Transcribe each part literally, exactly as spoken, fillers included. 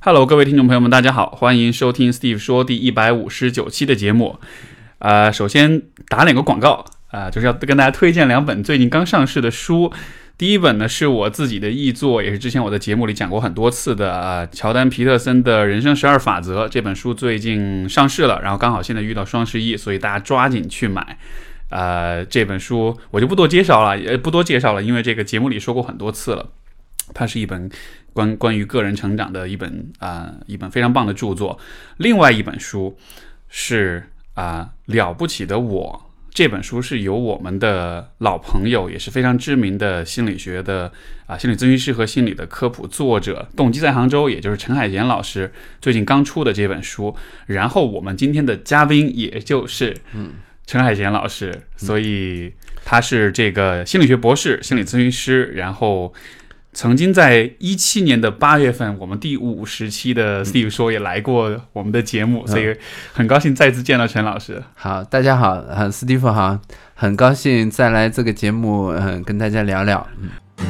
Hello， 各位听众朋友们，大家好，欢迎收听 Steve 说第一百五十九期的节目。呃，首先打两个广告啊、呃，就是要跟大家推荐两本最近刚上市的书。第一本呢是我自己的译作，也是之前我在节目里讲过很多次的呃，乔丹皮特森的人生十二法则。这本书最近上市了，然后刚好现在遇到双十一，所以大家抓紧去买。呃，这本书我就不多介绍了，也不多介绍了，因为这个节目里说过很多次了。它是一本关关于个人成长的一本啊、呃、一本非常棒的著作。另外一本书是啊、呃、了不起的我，这本书是由我们的老朋友，也是非常知名的心理学的啊、呃、心理咨询师和心理的科普作者，动机在杭州，也就是陈海贤老师最近刚出的这本书。然后我们今天的嘉宾也就是嗯。陈海贤老师，所以他是这个心理学博士、心理咨询师，然后曾经在一七年的八月份，我们第五十期的 Steve 说也来过我们的节目，所以很高兴再次见到陈老师。 好，大家好，Steve 好，很高兴再来这个节目，嗯，跟大家聊聊。嗯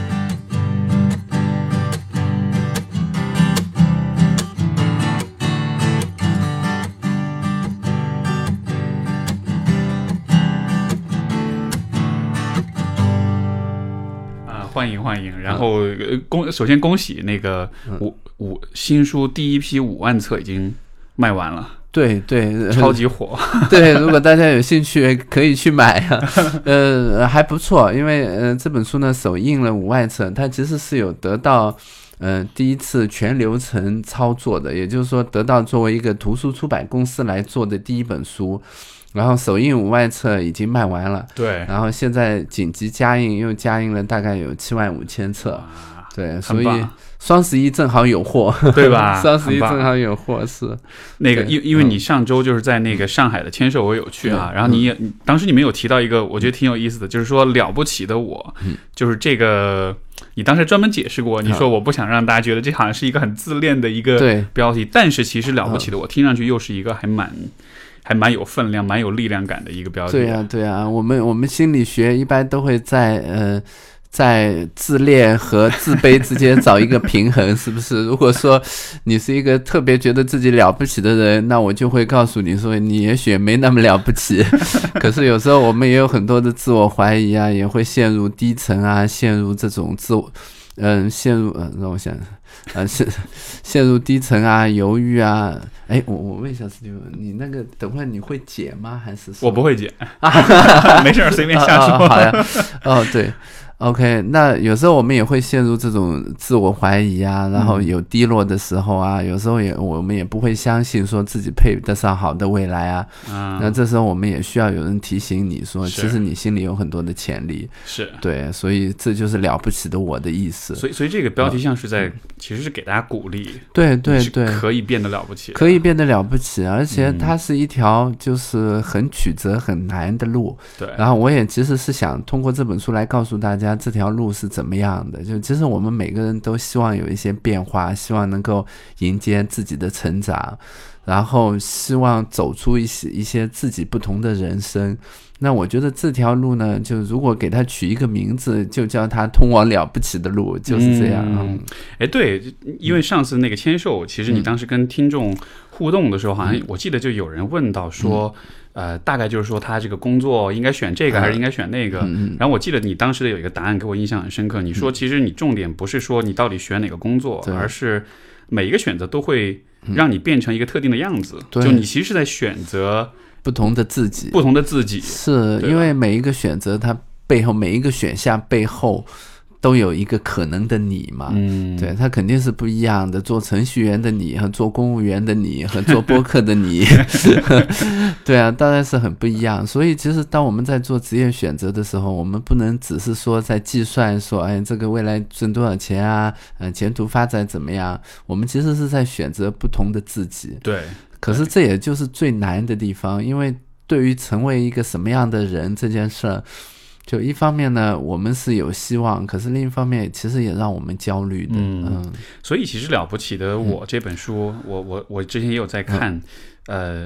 欢迎欢迎，然后恭首先恭喜那个五五新书第一批五万册已经卖完了， 对对， 超级火。 对，如果大家有兴趣可以去买啊，呃，还不错，因为呃这本书呢首印了五万册，它其实是有得到呃第一次全流程操作的，也就是说得到作为一个图书出版公司来做的第一本书。然后首印五万册已经卖完了， 对， 然后现在紧急加印又加印了大概有七万五千册，对，所以双十一正好有货， 对吧？ 双十一正好有货，是那个，因因为你上周就是在那个上海的签售，我有去啊，然后你也当时你们有提到一个，我觉得挺有意思的，就是说了不起的我，就是这个。你当时专门解释过，你说我不想让大家觉得这好像是一个很自恋的一个标题，但是其实了不起的我听上去又是一个还蛮。还蛮有分量、蛮有力量感的一个标题。 对啊，对啊，我们我们心理学一般都会在呃在自恋和自卑之间找一个平衡，是不是？如果说你是一个特别觉得自己了不起的人，那我就会告诉你说，你也许没那么了不起。可是有时候我们也有很多的自我怀疑啊，也会陷入低沉啊，陷入这种自我。嗯，陷入呃，让我想，呃，陷陷入低沉啊，犹豫啊。哎，我我问一下 Steve， 你那个等会你会解吗？还是我不会解？没事，随便瞎说。 哦、好呀，哦，对。OK， 那有时候我们也会陷入这种自我怀疑啊，然后有低落的时候啊，嗯、有时候也我们也不会相信说自己配得上好的未来啊。嗯、那这时候我们也需要有人提醒你说，其实你心里有很多的潜力。 是， 对，所以这就是了不起的我的意思。 所以，所以这个标题像是在、嗯、其实是给大家鼓励， 对对对， 可以变得了不起， 可以变得了不起，而且它是一条就是很曲折很难的路。 对， 然后我也其实是想通过这本书来告诉大家。这条路是怎么样的？就其实我们每个人都希望有一些变化，希望能够迎接自己的成长，然后希望走出一些一些自己不同的人生。那我觉得这条路呢，就如果给它取一个名字，就叫它通往了不起的路，就是这样。嗯， 哎、嗯，对，因为上次那个签售，其实你当时跟听众互动的时候，好像我记得就有人问到说。嗯呃，大概就是说他这个工作应该选这个还是应该选那个、嗯、然后我记得你当时的有一个答案给我印象很深刻，你说其实你重点不是说你到底选哪个工作、嗯、而是每一个选择都会让你变成一个特定的样子、嗯、就你其实是在选择不同的自己不同的自己， 是因为每一个选择它背后每一个选项背后都有一个可能的你嘛，嗯，对，它肯定是不一样的。做程序员的你和做公务员的你和做播客的你，对啊，当然是很不一样。所以其实当我们在做职业选择的时候，我们不能只是说在计算说，哎，这个未来挣多少钱啊，呃，前途发展怎么样？我们其实是在选择不同的自己。 对， 可是这也就是最难的地方，因为对于成为一个什么样的人这件事儿。就一方面呢我们是有希望，可是另一方面其实也让我们焦虑的。 嗯, 嗯所以其实了不起的我这本书、嗯、我我我之前也有在看、嗯、呃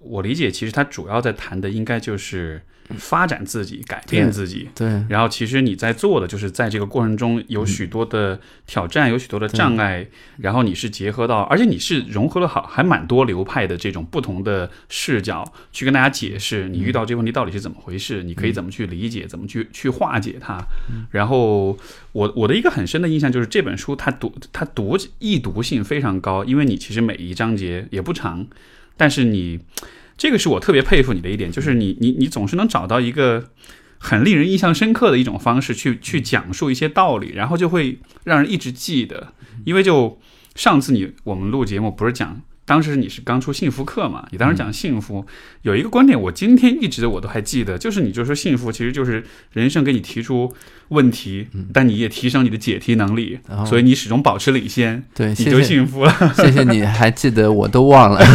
我理解其实它主要在谈的应该就是发展自己，改变自己。 对，对， 然后其实你在做的就是在这个过程中有许多的挑战，嗯、有许多的障碍，然后你是结合到，而且你是融合了好还蛮多流派的这种不同的视角，去跟大家解释你遇到这个问题到底是怎么回事，嗯、你可以怎么去理解，怎么去去化解它。嗯、然后我我的一个很深的印象就是这本书它读它读易读性非常高，因为你其实每一章节也不长，但是你。这个是我特别佩服你的一点，就是你你你总是能找到一个很令人印象深刻的一种方式去去讲述一些道理，然后就会让人一直记得。因为就上次你我们录节目不是讲，当时你是刚出幸福课嘛，你当时讲幸福，有一个观点我今天一直我都还记得，就是你就说幸福其实就是人生给你提出问题，但你也提升你的解题能力， 哦、 所以你始终保持领先， 对， 你就幸福了。 谢谢你还记得，我都忘了。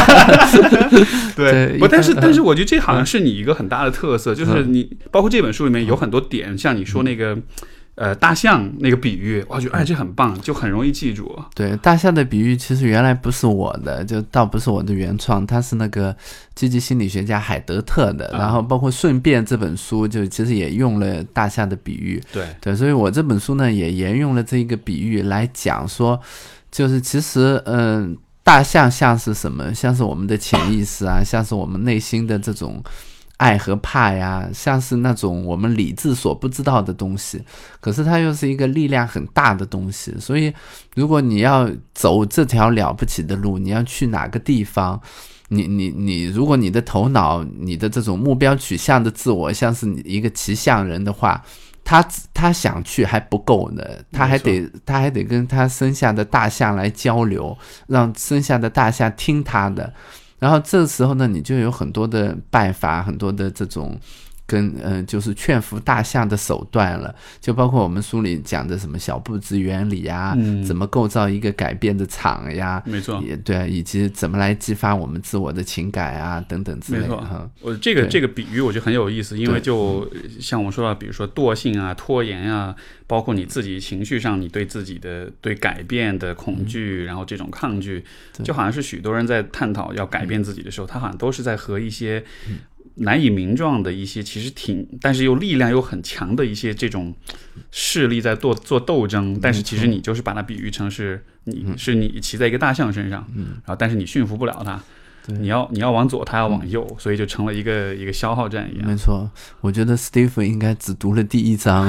对，不，但是但是我觉得这好像是你一个很大的特色，就是你包括这本书里面有很多点，像你说那个。呃，大象那个比喻，我觉得哎，这很棒，就很容易记住。 对，大象的比喻其实原来不是我的，就倒不是我的原创，它是那个积极心理学家海德特的，嗯、然后包括顺便这本书就其实也用了大象的比喻。 对对，所以我这本书呢也沿用了这一个比喻来讲说，就是其实嗯、呃，大象像是什么？像是我们的潜意识啊，像是我们内心的这种。爱和怕呀，像是那种我们理智所不知道的东西，可是它又是一个力量很大的东西。所以如果你要走这条了不起的路，你要去哪个地方，你你你如果你的头脑，你的这种目标取向的自我像是一个骑象人的话，他他想去还不够呢，他还得他还得跟他生下的大象来交流，让生下的大象听他的。然后这时候呢，你就有很多的办法，很多的这种跟呃，就是劝服大象的手段了，就包括我们书里讲的什么小步子原理啊，嗯、怎么构造一个改变的场呀， 没错， 也对，以及怎么来激发我们自我的情感啊，等等之类的。没错， 我这个这个比喻我觉得很有意思，因为就像我们说到，比如说惰性啊、拖延啊，包括你自己情绪上，你对自己的对改变的恐惧，嗯、然后这种抗拒，就好像是许多人在探讨要改变自己的时候，他好像都是在和一些。嗯难以名状的一些其实挺但是又力量又很强的一些这种势力在做做斗争，但是其实你就是把它比喻成是你、嗯、是你骑在一个大象身上、嗯、然后但是你驯服不了它，你要你要往左它要往右、嗯、所以就成了一个一个消耗战一样。 没错，我觉得 Steve 应该只读了第一章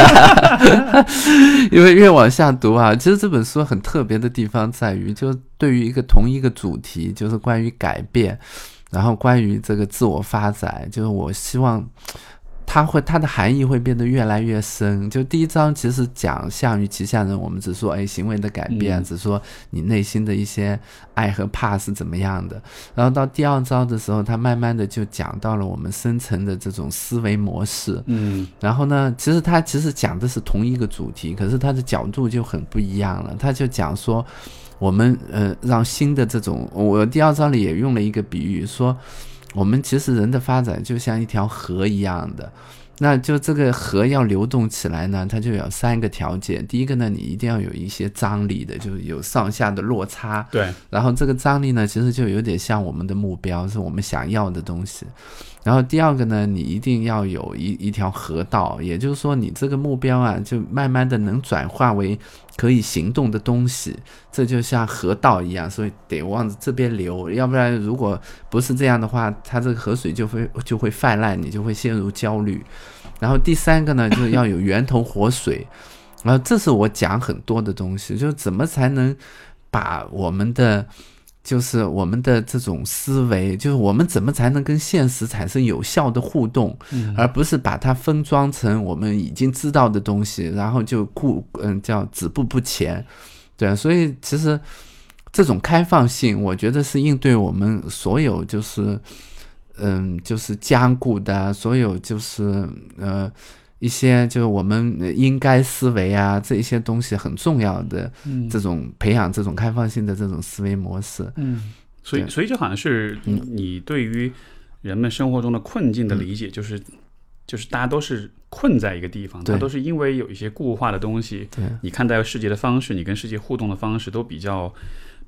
因为越往下读啊，其实这本书很特别的地方在于，就对于一个同一个主题，就是关于改变，然后关于这个自我发展，就是我希望它会它的含义会变得越来越深。就第一章其实讲象与骑象人，我们只说哎行为的改变、嗯、只说你内心的一些爱和怕是怎么样的，然后到第二章的时候，它慢慢的就讲到了我们深层的这种思维模式。嗯，然后呢其实它其实讲的是同一个主题，可是它的角度就很不一样了。它就讲说我们呃让新的这种，我第二章里也用了一个比喻，说我们其实人的发展就像一条河一样的，那就这个河要流动起来呢，它就有三个条件。第一个呢，你一定要有一些张力的，就是有上下的落差。 对。 然后这个张力呢，其实就有点像我们的目标，是我们想要的东西。然后第二个呢，你一定要有一一条河道，也就是说你这个目标啊，就慢慢的能转化为可以行动的东西，这就像河道一样，所以得往这边流，要不然如果不是这样的话，它这个河水就会就会泛滥，你就会陷入焦虑。然后第三个呢，就是要有源头活水，然后这是我讲很多的东西，就是怎么才能把我们的就是我们的这种思维，就是我们怎么才能跟现实产生有效的互动、嗯、而不是把它分装成我们已经知道的东西，然后就固嗯叫止步不前。对，所以其实这种开放性我觉得是应对我们所有就是嗯就是僵固的所有就是呃一些就是我们应该思维啊这一些东西很重要的这种、嗯、培养这种开放性的这种思维模式。 嗯，所以所以就好像是你对于人们生活中的困境的理解，就是、嗯、就是大家都是困在一个地方，它都是因为有一些固化的东西，你看待世界的方式，你跟世界互动的方式都比较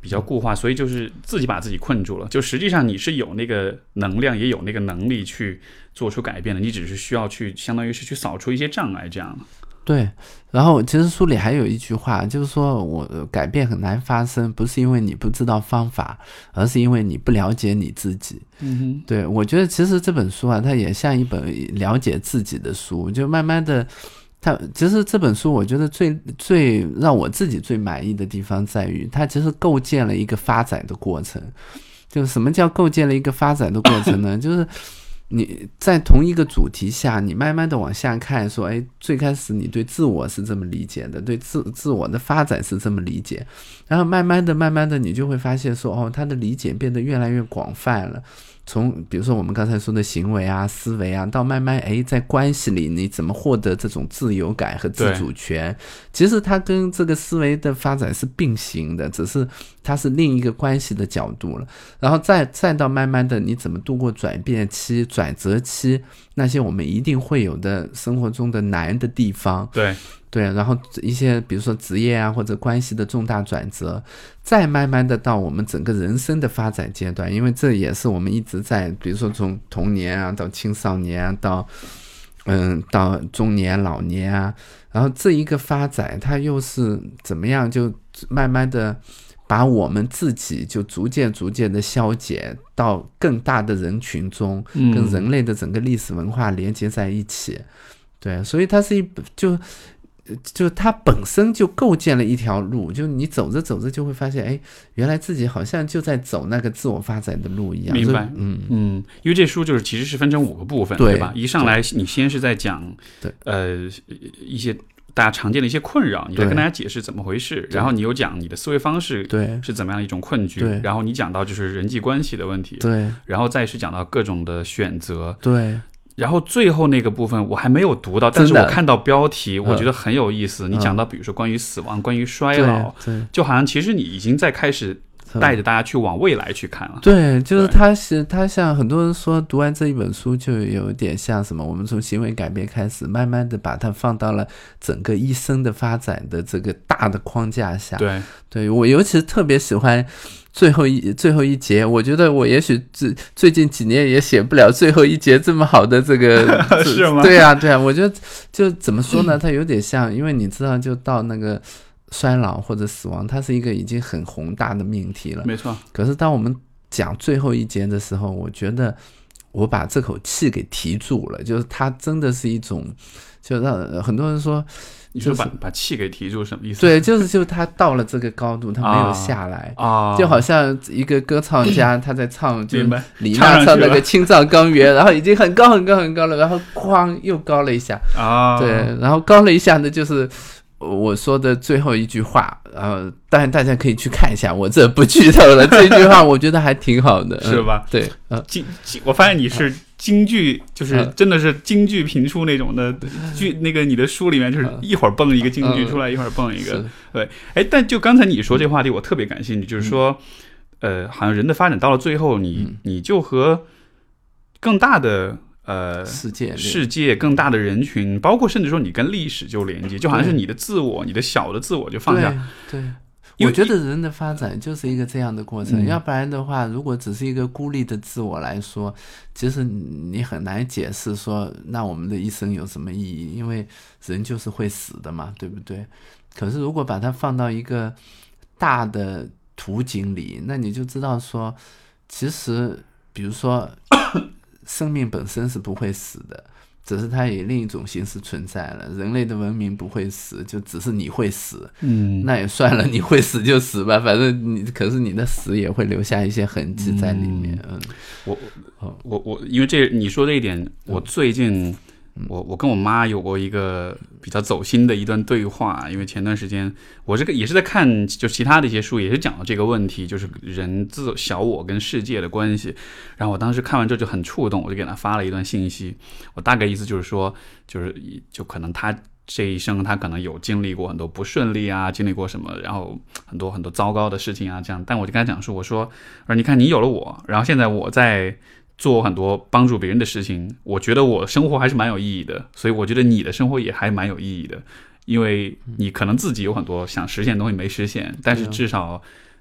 比较固化，所以就是自己把自己困住了。就实际上你是有那个能量，也有那个能力去做出改变的，你只是需要去相当于是去扫除一些障碍这样。 对，然后其实书里还有一句话，就是说我改变很难发生，不是因为你不知道方法，而是因为你不了解你自己。 嗯哼， 对，我觉得其实这本书啊，它也像一本了解自己的书，就慢慢的，它其实这本书我觉得最最让我自己最满意的地方在于，它其实构建了一个发展的过程。就什么叫构建了一个发展的过程呢？就是你在同一个主题下，你慢慢的往下看，说，哎，最开始你对自我是这么理解的，对自自我的发展是这么理解，然后慢慢的、慢慢的，你就会发现说，哦，他的理解变得越来越广泛了。从比如说我们刚才说的行为啊、思维啊，到慢慢哎，在关系里你怎么获得这种自由感和自主权，其实它跟这个思维的发展是并行的，只是它是另一个关系的角度了。然后再再到慢慢的你怎么度过转变期、转折期，那些我们一定会有的生活中的难的地方， 对对，然后一些比如说职业啊或者关系的重大转折，再慢慢的到我们整个人生的发展阶段，因为这也是我们一直在，比如说从童年啊到青少年啊到嗯到中年老年啊，然后这一个发展它又是怎么样，就慢慢的把我们自己就逐渐逐渐的消解到更大的人群中， 嗯、 跟人类的整个历史文化连接在一起。对，所以它是一就就它本身就构建了一条路，就你走着走着就会发现，哎，原来自己好像就在走那个自我发展的路一样。 明白，嗯嗯，因为这书就是其实是分成五个部分， 对, 对吧？一上来你先是在讲，对，呃，一些大家常见的一些困扰，你在跟大家解释怎么回事，然后你又讲你的思维方式对是怎么样一种困局，对，然后你讲到就是人际关系的问题，对，然后再是讲到各种的选择，对。然后最后那个部分我还没有读到，但是我看到标题我觉得很有意思，你讲到比如说关于死亡、嗯、关于衰老，就好像其实你已经在开始带着大家去往未来去看了。对，就是他是他像很多人说读完这一本书就有点像什么，我们从行为改变开始，慢慢的把它放到了整个一生的发展的这个大的框架下。对，对我尤其特别喜欢最后一最后一节，我觉得我也许最最近几年也写不了最后一节这么好的这个是吗？对啊对啊，我觉得就怎么说呢，它有点像，因为你知道就到那个衰老或者死亡，它是一个已经很宏大的命题了，没错。可是当我们讲最后一节的时候，我觉得我把这口气给提住了，就是它真的是一种，就让很多人说，你说把、就是、把气给提住什么意思？对，就是就他到了这个高度，他没有下来啊，就好像一个歌唱家他在唱，就李娜唱那个青藏高原，然后已经很高很高很高了，然后哐又高了一下啊，对，然后高了一下呢，就是我说的最后一句话，呃，当然大家可以去看一下，我这不剧透了。这句话我觉得还挺好的，是吧？嗯、对，呃，京我发现你是京剧，就是真的是京剧评出那种的剧，那个你的书里面就是一会儿蹦一个京剧出来，一会儿蹦一个，对，哎，但就刚才你说这话题，我特别感兴趣，就是说，呃，好像人的发展到了最后，你你就和更大的。呃，世界世界更大的人群，包括甚至说你跟历史就连接，就好像是你的自我，你的小的自我就放下。对，对，我觉得人的发展就是一个这样的过程，嗯、要不然的话，如果只是一个孤立的自我来说，其实你很难解释说，那我们的一生有什么意义？因为人就是会死的嘛，对不对？可是如果把它放到一个大的图景里，那你就知道说，其实比如说。生命本身是不会死的，只是它以另一种形式存在了。人类的文明不会死，就只是你会死，嗯，那也算了，你会死就死吧，反正你，可是你的死也会留下一些痕迹在里面。嗯，我我我，因为这你说这一点，我最近。我我跟我妈有过一个比较走心的一段对话，因为前段时间我这个也是在看就其他的一些书，也是讲到这个问题，就是人自小我跟世界的关系。然后我当时看完之后就很触动，我就给她发了一段信息，我大概意思就是说，就是就可能她这一生她可能有经历过很多不顺利啊，经历过什么，然后很多很多糟糕的事情啊这样，但我就跟她讲说，我说，而你看你有了我，然后现在我在做很多帮助别人的事情，我觉得我生活还是蛮有意义的，所以我觉得你的生活也还蛮有意义的，因为你可能自己有很多想实现的东西没实现，但是至少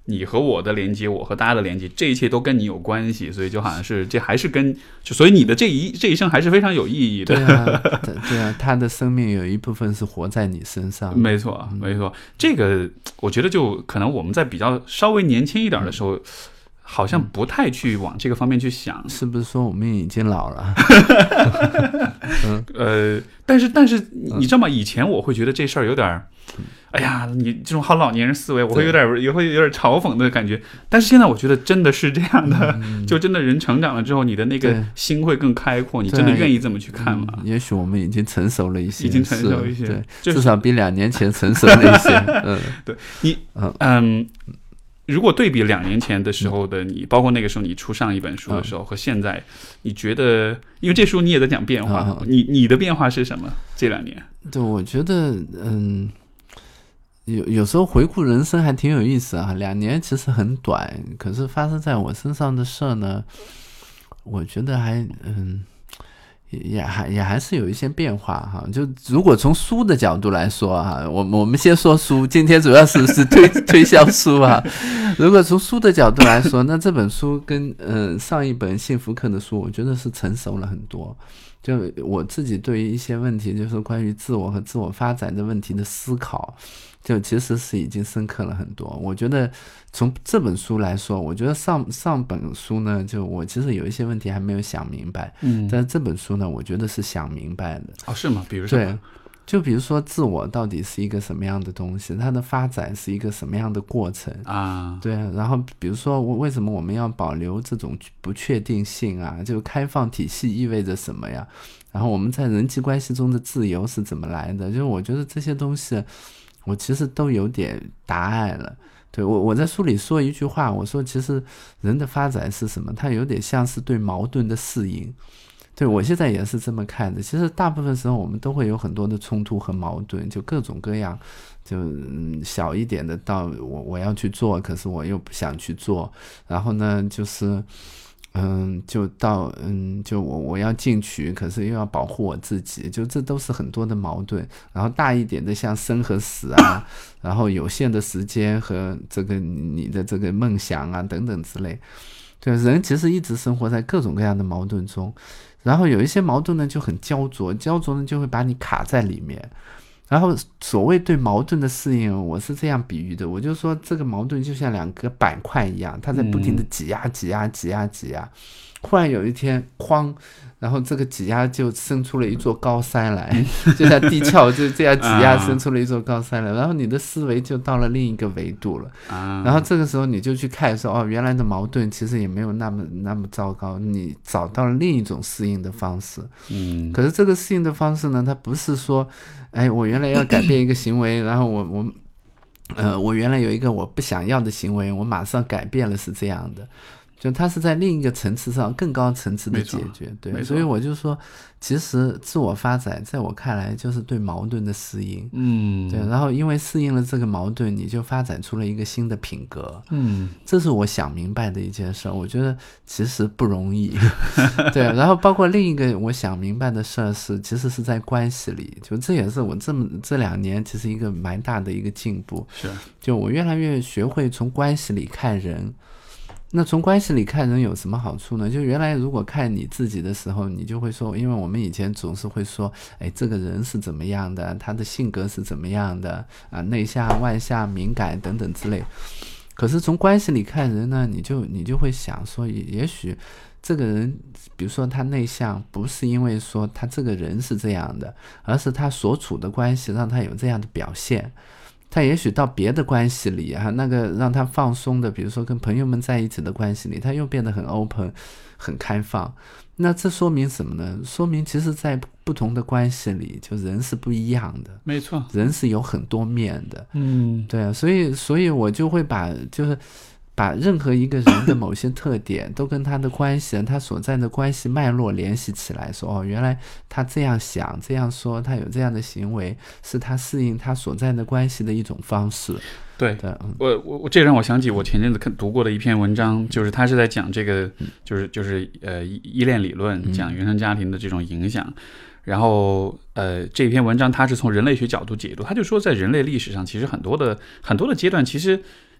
你和我的连接，我和大家的连接，这一切都跟你有关系，所以就好像是这还是跟就所以你的这一这一生还是非常有意义的。 对啊，对啊，他的生命有一部分是活在你身上。 没错，没错，这个我觉得就可能我们在比较稍微年轻一点的时候。嗯，好像不太去往这个方面去想， 是不是说我们已经老了？ 嗯、呃，但是但是你知道吗？以前我会觉得这事儿有点，哎呀，你这种好老年人思维，我会有点也会有点嘲讽的感觉。但是现在我觉得真的是这样的，嗯、就真的人成长了之后，你的那个心会更开阔，你真的愿意这么去看吗？ 嗯、也许我们已经成熟了一些， 已经成熟一些， 对， 就是、 至少比两年前成熟了一些。嗯， 对你，嗯。嗯如果对比两年前的时候的你，包括那个时候你出上一本书的时候、嗯、和现在，你觉得，因为这书你也在讲变化，嗯、你你的变化是什么？这两年？ 对，我觉得，嗯，有有时候回顾人生还挺有意思啊。两年其实很短，可是发生在我身上的事呢，我觉得还，嗯。也还也还是有一些变化哈，就如果从书的角度来说哈，我我们先说书，今天主要是是推推销书啊。如果从书的角度来说，那这本书跟呃上一本幸福课的书，我觉得是成熟了很多。就我自己对于一些问题，就是关于自我和自我发展的问题的思考，就其实是已经深刻了很多。我觉得从这本书来说，我觉得上上本书呢，就我其实有一些问题还没有想明白，嗯，但是这本书呢，我觉得是想明白的。 哦，是吗？比如说， 对，就比如说自我到底是一个什么样的东西，它的发展是一个什么样的过程啊？对，然后比如说我为什么我们要保留这种不确定性啊？就开放体系意味着什么呀？然后我们在人际关系中的自由是怎么来的？就是我觉得这些东西我其实都有点答案了。对，我我在书里说一句话，我说其实人的发展是什么？它有点像是对矛盾的适应。对，我现在也是这么看的。其实大部分时候我们都会有很多的冲突和矛盾，就各种各样，就、嗯、小一点的到我我要去做，可是我又不想去做。然后呢，就是嗯，就到嗯，就我我要进取，可是又要保护我自己，就这都是很多的矛盾。然后大一点的像生和死啊，然后有限的时间和这个你的这个梦想啊等等之类。对，人其实一直生活在各种各样的矛盾中。然后有一些矛盾呢就很焦灼，焦灼呢就会把你卡在里面。然后所谓对矛盾的适应，我是这样比喻的，我就说这个矛盾就像两个板块一样，它在不停的挤压挤压挤压挤压，忽然有一天哐，然后这个挤压就生出了一座高山来，就像地壳就这样挤压生出了一座高山来，然后你的思维就到了另一个维度了。然后这个时候你就去看说，哦，原来的矛盾其实也没有那么那么糟糕，你找到了另一种适应的方式。嗯，可是这个适应的方式呢，它不是说哎，我原来要改变一个行为，然后我我呃，我原来有一个我不想要的行为，我马上改变了，是这样的。就它是在另一个层次上更高层次的解决。对，所以我就说其实自我发展在我看来就是对矛盾的适应。嗯，对，然后因为适应了这个矛盾，你就发展出了一个新的品格。嗯，这是我想明白的一件事，我觉得其实不容易。对，然后包括另一个我想明白的事是其实是在关系里，就这也是我这么这两年其实一个蛮大的一个进步。 是， 就我越来越学会从关系里看人。那从关系里看人有什么好处呢？就原来如果看你自己的时候，你就会说，因为我们以前总是会说，哎，这个人是怎么样的，他的性格是怎么样的啊，内向外向敏感等等之类。可是从关系里看人呢，你就你就会想说，也许这个人比如说他内向，不是因为说他这个人是这样的，而是他所处的关系让他有这样的表现。他也许到别的关系里啊，那个让他放松的，比如说跟朋友们在一起的关系里，他又变得很 open 很开放。那这说明什么呢？说明其实在不同的关系里，就人是不一样的。 没错， 人是有很多面的。 嗯， 对啊，所以所以我就会把就是把任何一个人的某些特点都跟他的关系他所在的关系脉络联系起来，说哦，原来他这样想这样说，他有这样的行为，是他适应他所在的关系的一种方式。 对，对嗯、我我我这让我想起我前阵子看读过的一篇文章，就是他是在讲这个，嗯、就是就是呃依恋理论，讲原生家庭的这种影响。嗯、然后呃这篇文章他是从人类学角度解读，他就说在人类历史上，其实很多的很多的阶段，其实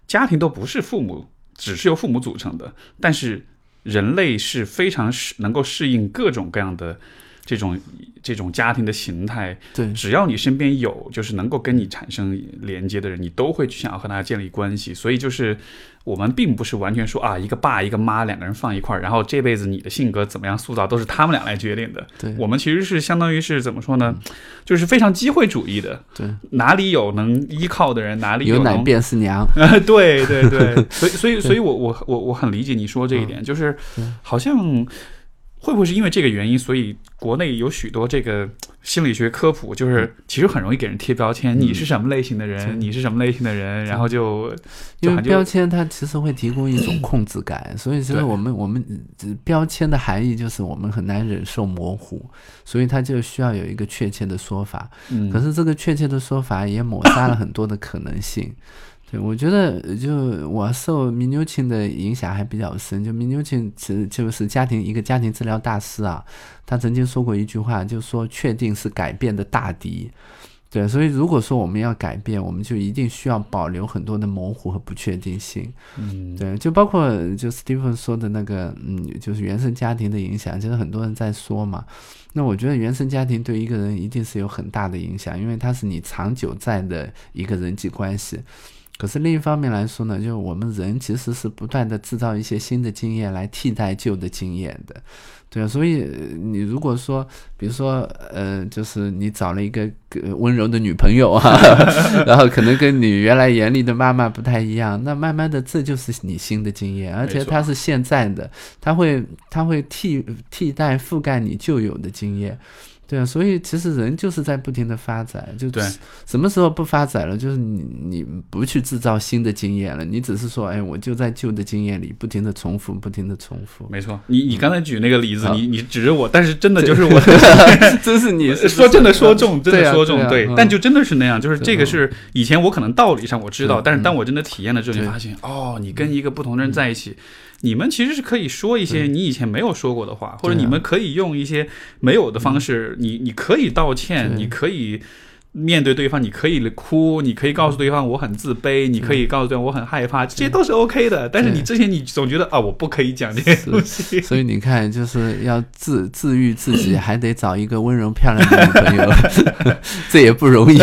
家庭都不是父母，只是由父母组成的，但是人类是非常能够适应各种各样的这种这种家庭的形态。 对， 只要你身边有就是能够跟你产生连接的人，你都会去想要和他建立关系。所以就是我们并不是完全说啊，一个爸一个妈两个人放一块儿，然后这辈子你的性格怎么样塑造都是他们俩来决定的。 对， 我们其实是相当于是怎么说呢，就是非常机会主义的。 对， 哪里有能依靠的人，哪里有能奶便是娘。 对对对，所以所以所以我我我我很理解你说这一点，就是好像。会不会是因为这个原因，所以国内有许多这个心理学科普，就是其实很容易给人贴标签，嗯、你是什么类型的人，你是什么类型的人，然后就因为标签它其实会提供一种控制感，所以其实我们我们标签的含义就是我们很难忍受模糊，所以它就需要有一个确切的说法。嗯，可是这个确切的说法也抹杀了很多的可能性。对，我觉得就我受米纽钦的影响还比较深，就米纽钦其实就是家庭一个家庭治疗大师啊，他曾经说过一句话，就说确定是改变的大敌。对，所以如果说我们要改变，我们就一定需要保留很多的模糊和不确定性。嗯，对，就包括就 Stephen 说的那个，嗯，就是原生家庭的影响，其实很多人在说嘛。那我觉得原生家庭对一个人一定是有很大的影响，因为它是你长久在的一个人际关系。可是另一方面来说呢，就是我们人其实是不断的制造一些新的经验来替代旧的经验的。对啊，所以你如果说比如说呃，就是你找了一个温柔的女朋友啊，然后可能跟你原来严厉的妈妈不太一样，那慢慢的这就是你新的经验，而且它是现在的，它会它会替替代覆盖你旧有的经验。对啊，所以其实人就是在不停的发展，就什么时候不发展了，就是你你不去制造新的经验了，你只是说，哎，我就在旧的经验里不停的重复，不停的重复。 没错，你你刚才举那个例子，嗯、你你指着我，但是真的就是我， 真是你是说真的说中，真的说中， 对啊对啊对，但就真的是那样，就是这个是以前我可能道理上我知道，但是当我真的体验了之后，你发现哦，你跟一个不同的人在一起。你们其实是可以说一些你以前没有说过的话，或者你们可以用一些没有的方式，你你可以道歉，你可以面对对方，你可以哭，你可以告诉对方我很自卑，你可以告诉对方我很害怕，这些都是 OK 的。但是你之前你总觉得啊，我不可以讲这些东西， 所以你看，就是要自自愈自己，还得找一个温柔漂亮的女朋友，这也不容易。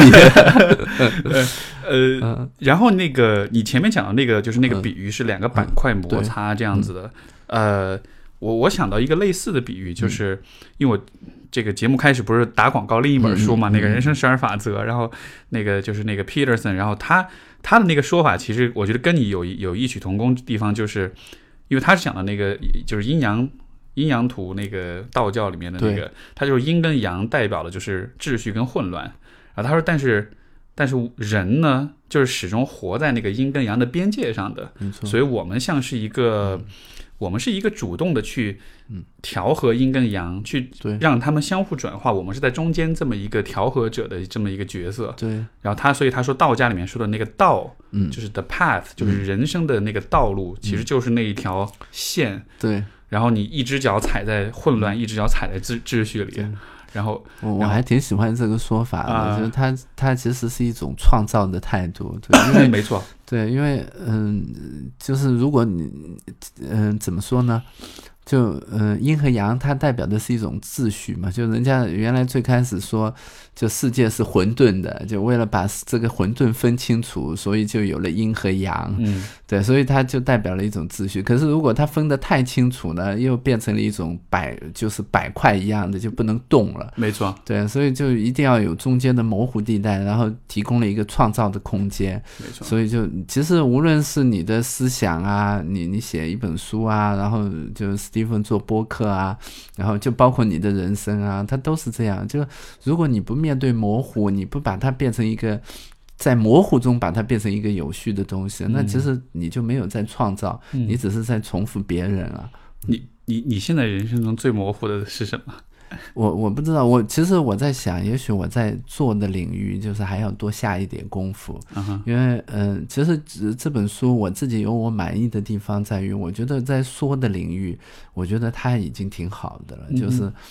呃，然后那个你前面讲的那个就是那个比喻是两个板块摩擦这样子的，呃，我我想到一个类似的比喻，就是因为我这个节目开始不是打广告另一本书嘛，那个人生十二法则，然后那个就是那个 Peterson， 然后他他的那个说法其实我觉得跟你有有异曲同工的地方，就是因为他是讲的那个就是阴阳阴阳图那个道教里面的那个，他就是阴跟阳代表的就是秩序跟混乱，然后他说但是。但是人呢，就是始终活在那个阴跟阳的边界上的，所以我们像是一个，嗯、我们是一个主动的去调和阴跟阳，去让他们相互转化。我们是在中间这么一个调和者的这么一个角色。 对。 然后他，所以他说道家里面说的那个道，嗯，就是 the path，就是人生的那个道路，嗯、其实就是那一条线。 对。 然后你一只脚踩在混乱，一只脚踩在秩秩序里。然后我我还挺喜欢这个说法的，我觉得它它其实是一种创造的态度，对，因为没错， 对，因为嗯，就是如果你嗯怎么说呢？就嗯、呃，阴和阳它代表的是一种秩序嘛，就人家原来最开始说就世界是混沌的，就为了把这个混沌分清楚，所以就有了阴和阳，嗯，对，所以它就代表了一种秩序。可是如果它分得太清楚呢，又变成了一种摆就是摆块一样的，就不能动了。 没错， 对，所以就一定要有中间的模糊地带，然后提供了一个创造的空间。 没错， 所以就其实无论是你的思想啊，你你写一本书啊，然后就史蒂芬做播客啊，然后就包括你的人生啊，它都是这样。就如果你不面对模糊，你不把它变成一个在模糊中把它变成一个有序的东西，嗯、那其实你就没有在创造，嗯、你只是在重复别人啊。 你你你现在人生中最模糊的是什么？ 我我不知道，我其实我在想，也许我在做的领域就是还要多下一点功夫， uh-huh. 因为嗯、呃，其实这本书我自己有我满意的地方在于，我觉得在说的领域，我觉得它已经挺好的了，嗯、就是。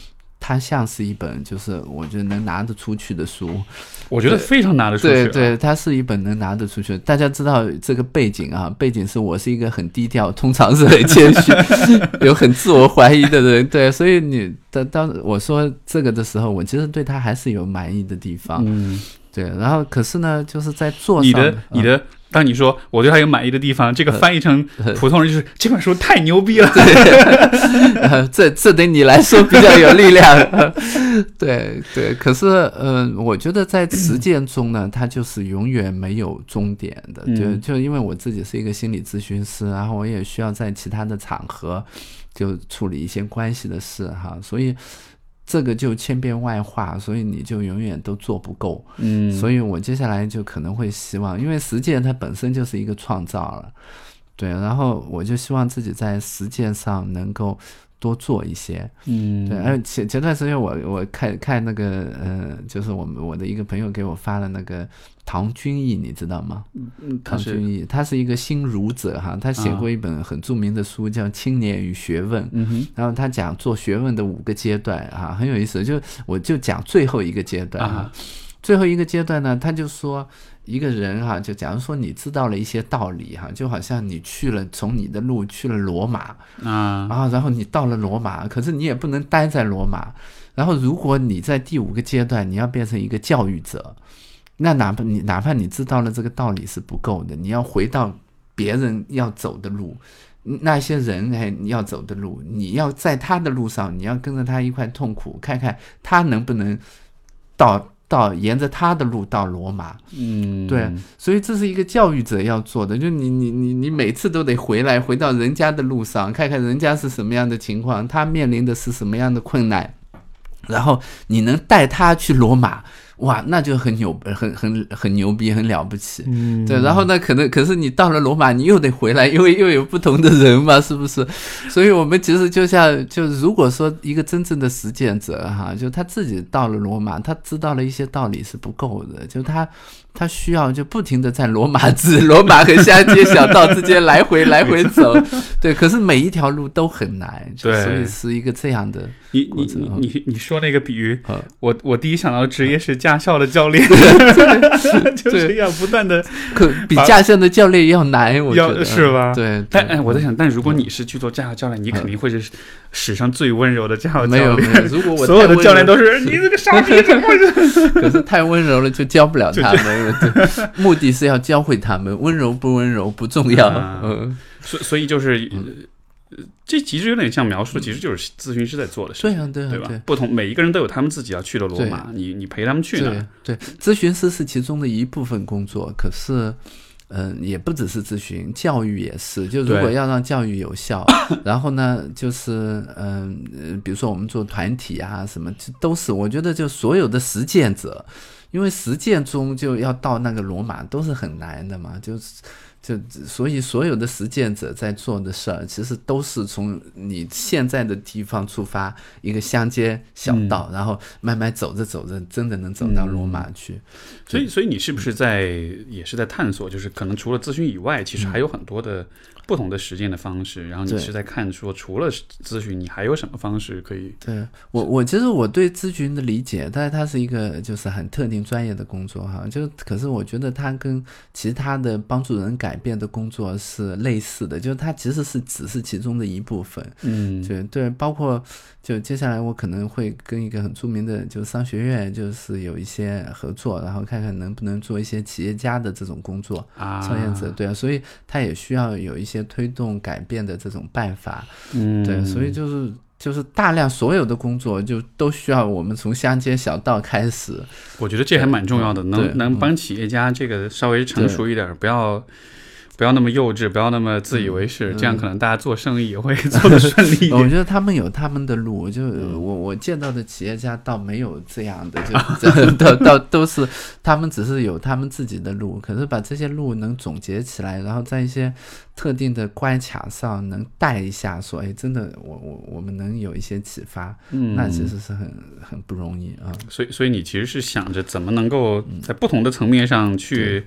它像是一本就是我觉得能拿得出去的书。 我觉得非常拿得出去、啊。 对对，它是一本能拿得出去。大家知道这个背景啊，背景是我是一个很低调，通常是很谦虚，有很自我怀疑的人。对，所以你当当我说这个的时候，我其实对他还是有满意的地方。 嗯， 对。然后可是呢，就是在做上你的你的。嗯当你说我对他有满意的地方，这个翻译成普通人就是这本书太牛逼了。 对，这这对你来说比较有力量。对对，可是呃，我觉得在实践中呢，它就是永远没有终点的。就就因为我自己是一个心理咨询师，然后我也需要在其他的场合就处理一些关系的事哈，所以。这个就千变万化，所以你就永远都做不够。 嗯， 所以我接下来就可能会希望，因为实践它本身就是一个创造了，对，然后我就希望自己在实践上能够多做一些。 嗯， 对，而且前段时间我我看看那个呃，就是我们我的一个朋友给我发了那个唐君毅，你知道吗？ 嗯， 唐君毅他是一个新儒者哈，他写过一本很著名的书叫《青年与学问》， 嗯哼， 然后他讲做学问的五个阶段啊，很有意思。就我就讲最后一个阶段哈、啊，最后一个阶段呢，他就说一个人哈、啊，就假如说你知道了一些道理哈、啊，就好像你去了从你的路去了罗马啊， 然后然后你到了罗马，可是你也不能待在罗马。然后如果你在第五个阶段你要变成一个教育者。那哪怕你哪怕你知道了这个道理是不够的，你要回到别人要走的路，那些人哎要走的路，你要在他的路上，你要跟着他一块痛苦，看看他能不能到到沿着他的路到罗马。 嗯， 对，所以这是一个教育者要做的，就你你你你每次都得回来，回到人家的路上，看看人家是什么样的情况，他面临的是什么样的困难，然后你能带他去罗马。哇，那就很牛，很很很牛逼，很了不起。 嗯， 对，然后呢，可能可是你到了罗马，你又得回来，因为又有不同的人嘛，是不是？所以我们其实就像，就如果说一个真正的实践者哈，就他自己到了罗马，他知道了一些道理是不够的，就他他需要就不停的在罗马之罗马和乡间小道之间来回来回走。对，可是每一条路都很难， 对， 所以是一个这样的。 你你你你说那个比喻，我我第一想到的职业是驾校的教练，就这样不断的， 可比驾校的教练要难，我觉得是吧？ 对， 但哎，我在想，但如果你是去做驾校教练，你肯定会是史上最温柔的驾校教练。 没有，没有，如果我所有的教练都是你这个傻逼，怎么回事？ 可是太温柔了，就教不了他们。对，目的是要教会他们，温柔不温柔不重要。 啊、嗯，所所以就是。嗯这其实有点像描述的，其实就是咨询师在做的事情， 对啊，对啊， 对吧？ 对， 不同每一个人都有他们自己要去的罗马，你你陪他们去呢？ 对，对，咨询师是其中的一部分工作，可是，嗯、呃，也不只是咨询，教育也是。就如果要让教育有效，然后呢，就是嗯、呃，比如说我们做团体啊，什么都是，我觉得就所有的实践者，因为实践中就要到那个罗马都是很难的嘛，就是。就所以所有的实践者在做的事儿，其实都是从你现在的地方出发，一个乡间小道、嗯，然后慢慢走着走着，真的能走到罗马去。嗯、 所以，所以你是不是在也是在探索？就是可能除了咨询以外，其实还有很多的不同的实践的方式。嗯、然后你是在看说，除了咨询，你还有什么方式可以？ 对我，我其实我对咨询的理解，但是它是一个就是很特定专业的工作哈。就可是我觉得它跟其他的帮助人改变的工作是类似的，就是它其实是只是其中的一部分。 嗯， 对对，包括就接下来我可能会跟一个很著名的就商学院就是有一些合作，然后看看能不能做一些企业家的这种工作啊，创业者，对啊，所以他也需要有一些推动改变的这种办法。 嗯， 对，所以就是就是大量所有的工作就都需要我们从乡间小道开始。 我觉得这还蛮重要的，能能帮企业家这个稍微成熟一点，不要不要那么幼稚，不要那么自以为是、嗯、这样可能大家做生意也会做得顺利一点。 我觉得他们有他们的路，就我我见到的企业家倒没有这样的，就都都都是他们只是有他们自己的路，可是把这些路能总结起来，然后在一些特定的关卡上能带一下，说哎，真的我我我们能有一些启发，嗯，那其实是很很不容易啊。 所以所以你其实是想着怎么能够在不同的层面上去、嗯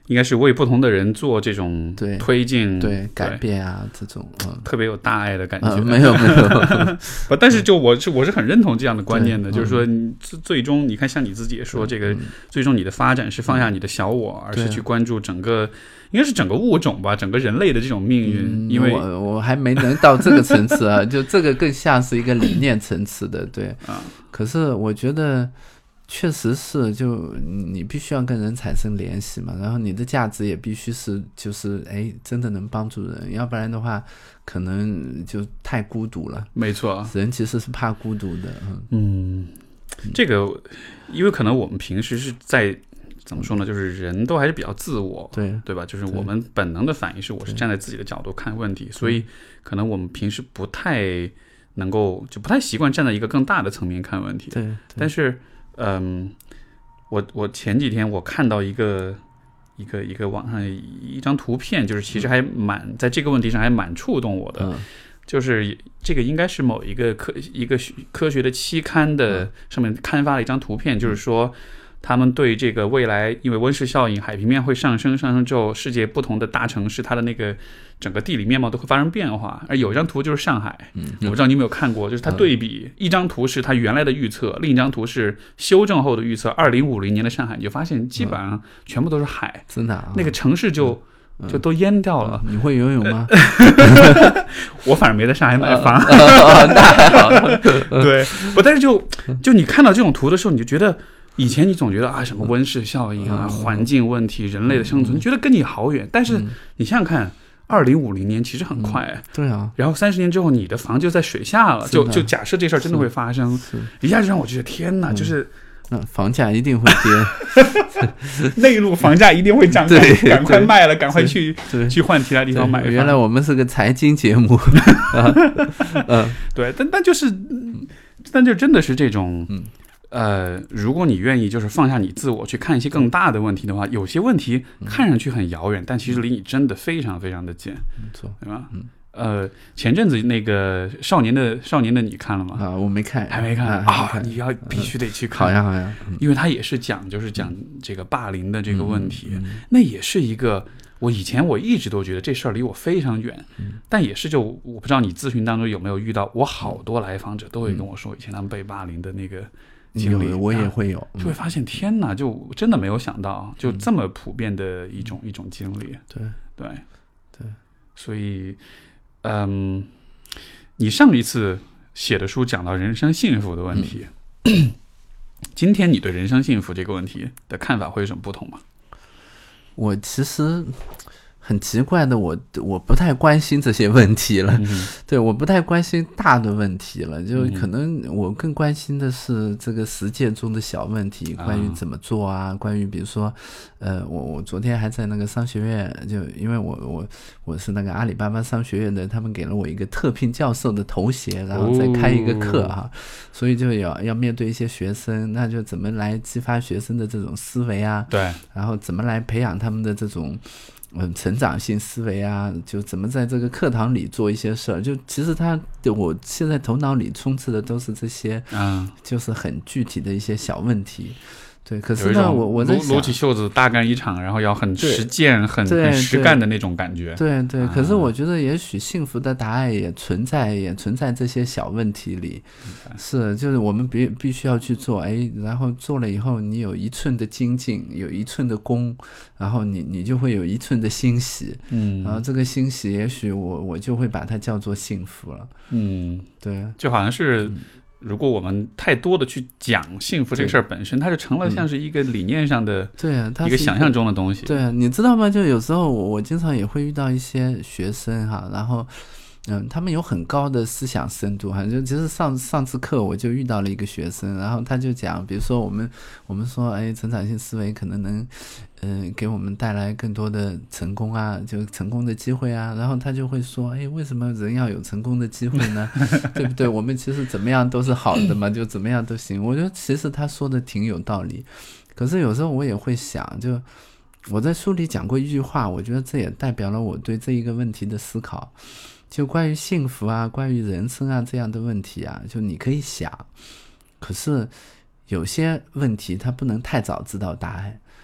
应该是为不同的人做这种对推进、 对改变啊这种，嗯， 特别有大爱的感觉。 呃、没有没有， 不，但是就我是我是很认同这样的观念的， 对就是说你最最终你看，像你自己也说，这个最终你的发展是放下你的小我，而是去关注整个，应该是整个物种吧，整个人类的这种命运。 嗯、 因为我我还没能到这个层次啊，就这个更像是一个理念层次的，对啊。 可是我觉得。确实是，就你必须要跟人产生联系嘛，然后你的价值也必须是，就是哎，真的能帮助人，要不然的话，可能就太孤独了。 没错， 人其实是怕孤独的。 嗯，嗯这个，因为可能我们平时是在怎么说呢，就是人都还是比较自我， 对对吧？就是我们本能的反应是，我是站在自己的角度看问题，所以可能我们平时不太能够，就不太习惯站在一个更大的层面看问题。 对，对但是。嗯，我我前几天我看到一个一个一个网上一张图片，就是其实还蛮、嗯、在这个问题上还蛮触动我的，嗯、就是这个应该是某一个科一个科学的期刊的上面刊发了一张图片，嗯、就是说他们对这个未来因为温室效应，海平面会上升，上升之后世界不同的大城市它的那个整个地理面貌都会发生变化。而有一张图就是上海，嗯、我不知道你有没有看过，就是它对比、嗯、一张图是它原来的预测，另一张图是修正后的预测，二零五零年的上海，你就发现基本上全部都是海， 嗯、真的、啊， 那个城市就。嗯、就都淹掉了、 嗯。你会游泳吗？ 我反正没在上海买房。 哦哦、那还好。 对，不，但是就就你看到这种图的时候，你就觉得以前你总觉得啊什么温室效应啊、嗯、环境问题、人类的生存，嗯、觉得跟你好远。但是你想想看，二零五零年其实很快、嗯。 对啊。 然后三十年之后，你的房就在水下了。就就假设这事儿真的会发生，一下就让我觉得天哪，嗯、就是。 那房价一定会跌， 内陆房价一定会涨， 对， 赶快卖了，赶快去去换其他地方买。 原来我们是个财经节目， 嗯，对，但但就是，但就真的是这种，嗯、呃，如果你愿意就是放下你自我去看一些更大的问题的话，有些问题看上去很遥远，但其实离你真的非常非常的近， 没错， 对吧？嗯。呃，前阵子那个少年的少年的你看了吗？ 啊，我没看， 还没看 啊, 啊！你要必须得去看， 好呀好呀， 因为他也是讲，就是讲这个霸凌的这个问题，嗯嗯、那也是一个我以前我一直都觉得这事儿离我非常远，嗯、但也是就我不知道你咨询当中有没有遇到，我好多来访者都会跟我说以前他们被霸凌的那个经历， 嗯、我也会有， 就会发现天哪，就真的没有想到，就这么普遍的一种、嗯、一种经历， 对对对， 所以。嗯，你上一次写的书讲到人生幸福的问题，嗯、今天你对人生幸福这个问题的看法会有什么不同吗？ 我其实很奇怪的，我我不太关心这些问题了，嗯、对，我不太关心大的问题了，就可能我更关心的是这个实践中的小问题，嗯、关于怎么做啊，关于比如说，呃，我我昨天还在那个商学院，就因为我我我是那个阿里巴巴商学院的，他们给了我一个特聘教授的头衔，然后再开一个课哈，哦、所以就要要面对一些学生，那就怎么来激发学生的这种思维啊， 对， 然后怎么来培养他们的这种。嗯，成长性思维啊，就怎么在这个课堂里做一些事儿，就其实他我现在头脑里充斥的都是这些，嗯，就是很具体的一些小问题。对，可是呢，我我在想， 撸起袖子大干一场，然后要很实践、很很实干的那种感觉。 对 对, 对，可是我觉得，也许幸福的答案也存在，也存在这些小问题里。是，就是我们必必须要去做，哎，然后做了以后，你有一寸的精进，有一寸的功，然后你你就会有一寸的欣喜。嗯，然后这个欣喜，也许我我就会把它叫做幸福了。嗯，对， 就好像是。嗯如果我们太多的去讲幸福这个事儿本身，它就成了像是一个理念上的， 对啊， 一个想象中的东西。 对啊，你知道吗？就有时候我我经常也会遇到一些学生哈，然后嗯，他们有很高的思想深度哈。就其实上上次课我就遇到了一个学生，然后他就讲，比如说我们我们说，哎，成长性思维可能能。嗯、呃，给我们带来更多的成功啊，就成功的机会啊，然后他就会说，哎，为什么人要有成功的机会呢？对不对？我们其实怎么样都是好的嘛，就怎么样都行。我觉得其实他说的挺有道理，可是有时候我也会想，就我在书里讲过一句话，我觉得这也代表了我对这一个问题的思考，就关于幸福啊，关于人生啊这样的问题啊，就你可以想，可是有些问题它不能太早知道答案。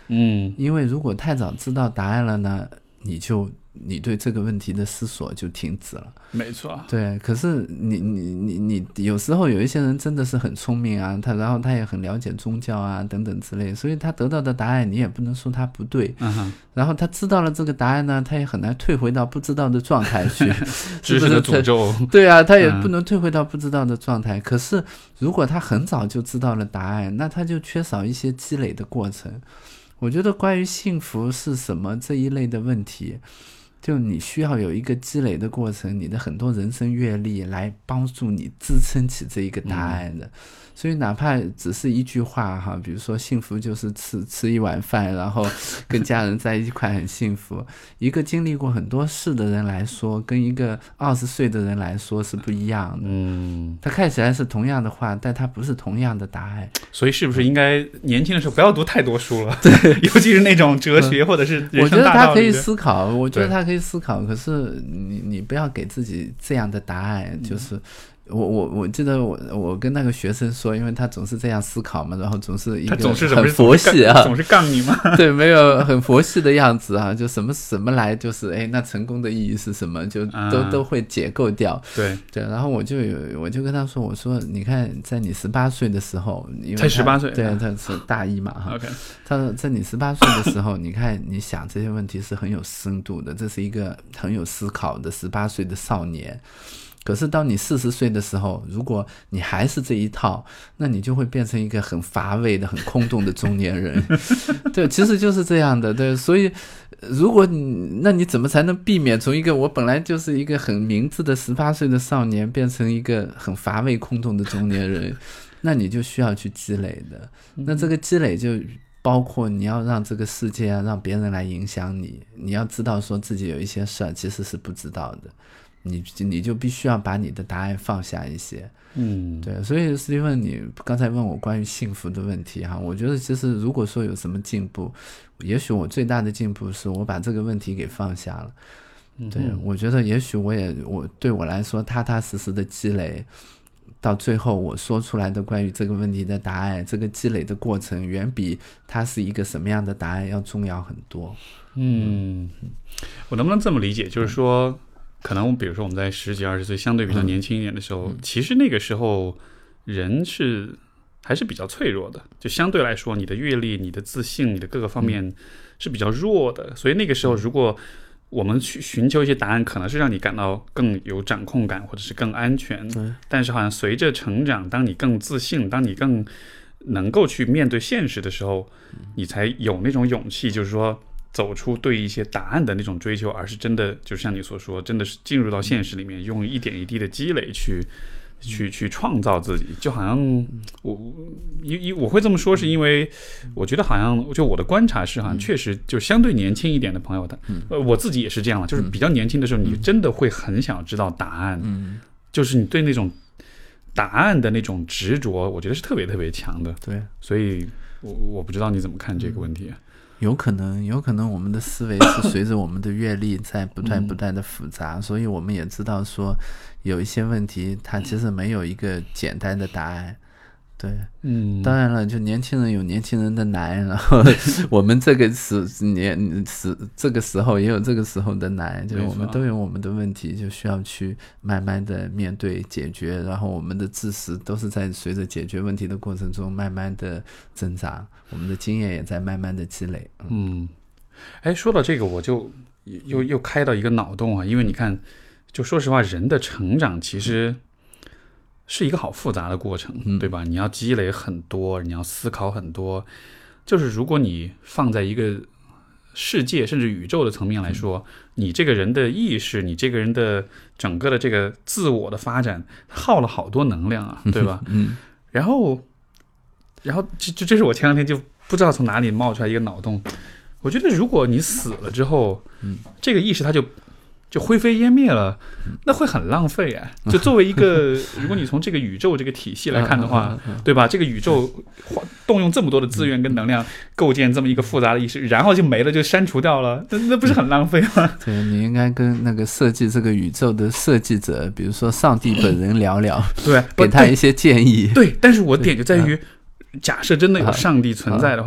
嗯， 因为如果太早知道答案了呢，你就你对这个问题的思索就停止了。 没错， 对。可是你你你你有时候有一些人真的是很聪明啊，他然后他也很了解宗教啊等等之类，所以他得到的答案你也不能说他不对。 嗯哼， 然后他知道了这个答案呢，他也很难退回到不知道的状态去。 知识的诅咒。 对啊，他也不能退回到不知道的状态。嗯、可是如果他很早就知道了答案，那他就缺少一些积累的过程。我觉得关于幸福是什么这一类的问题，就你需要有一个积累的过程，你的很多人生阅历来帮助你支撑起这一个答案的。嗯、所以哪怕只是一句话哈，比如说幸福就是吃吃一碗饭，然后跟家人在一块很幸福。一个经历过很多事的人来说，跟一个二十岁的人来说是不一样的。嗯，他看起来是同样的话，但他不是同样的答案。 所以是不是应该年轻的时候不要读太多书了？对，尤其是那种哲学或者是人生大道理的。 我觉得他可以思考，我觉得他可以思考，可是你你不要给自己这样的答案，就是我我我记得我我跟那个学生说，因为他总是这样思考嘛，然后总是一个很佛系啊， 总是杠你吗？ 对，没有很佛系的样子啊，就什么什么来就是哎，那成功的意义是什么？就都、啊、都会解构掉。 对对，然后我就有我就跟他说，我说你看，在你十八岁的时候，因为才十八岁， 对，他是大一嘛哈。 OK， 他说在你十八岁的时候，你看你想这些问题是很有深度的，这是一个很有思考的十八岁的少年。可是当你四十岁的时候，如果你还是这一套，那你就会变成一个很乏味的很空洞的中年人。对，其实就是这样的。对，所以如果你那你怎么才能避免从一个我本来就是一个很明智的十八岁的少年变成一个很乏味空洞的中年人？那你就需要去积累的。那这个积累就包括你要让这个世界啊，让别人来影响你，你要知道说自己有一些事儿其实是不知道的，你你就必须要把你的答案放下一些。嗯，对，所以史蒂芬，你刚才问我关于幸福的问题哈，我觉得其实如果说有什么进步，也许我最大的进步是我把这个问题给放下了。对，我觉得也许我也我对我来说踏踏实实的积累，到最后我说出来的关于这个问题的答案，这个积累的过程远比它是一个什么样的答案要重要很多。 嗯，我能不能这么理解，就是说可能比如说我们在十几二十岁相对比较年轻一点的时候、嗯、其实那个时候人是还是比较脆弱的，就相对来说你的阅历、你的自信、你的各个方面是比较弱的、嗯、所以那个时候如果我们去寻求一些答案，可能是让你感到更有掌控感或者是更安全、嗯、但是好像随着成长，当你更自信，当你更能够去面对现实的时候、嗯、你才有那种勇气，就是说走出对一些答案的那种追求，而是真的就像你所说，真的是进入到现实里面，用一点一滴的积累去去去创造自己。就好像我一我会这么说，是因为我觉得好像就我的观察是，好像确实就相对年轻一点的朋友，他呃我自己也是这样了，就是比较年轻的时候，你真的会很想知道答案，就是你对那种答案的那种执着，我觉得是特别特别强的。对，所以我我不知道你怎么看这个问题。 有可能有可能我们的思维是随着我们的阅历在不断不断的复杂、嗯、所以我们也知道说有一些问题它其实没有一个简单的答案。对，嗯，当然了，就年轻人有年轻人的难，然后我们这个时年时这个时候也有这个时候的难，就是我们都有我们的问题，就需要去慢慢的面对解决，然后我们的知识都是在随着解决问题的过程中慢慢的增长，我们的经验也在慢慢的积累。 嗯，哎，说到这个我就又又开到一个脑洞啊，因为你看，就说实话，人的成长其实是一个好复杂的过程、嗯、对吧？你要积累很多，你要思考很多，就是如果你放在一个世界甚至宇宙的层面来说、嗯、你这个人的意识，你这个人的整个的这个自我的发展耗了好多能量啊，对吧？嗯，然后然后这这是我前两天就不知道从哪里冒出来一个脑洞，我觉得如果你死了之后、嗯、这个意识它就就灰飞烟灭了，那会很浪费啊！就作为一个，如果你从这个宇宙这个体系来看的话，对吧？这个宇宙动用这么多的资源跟能量构建这么一个复杂的意识，然后就没了，就删除掉了，那那不是很浪费吗？ 对，你应该跟那个设计这个宇宙的设计者，比如说上帝本人聊聊， 对， 给他一些建议。 对，但是我点就在于，假设真的有上帝存在的话。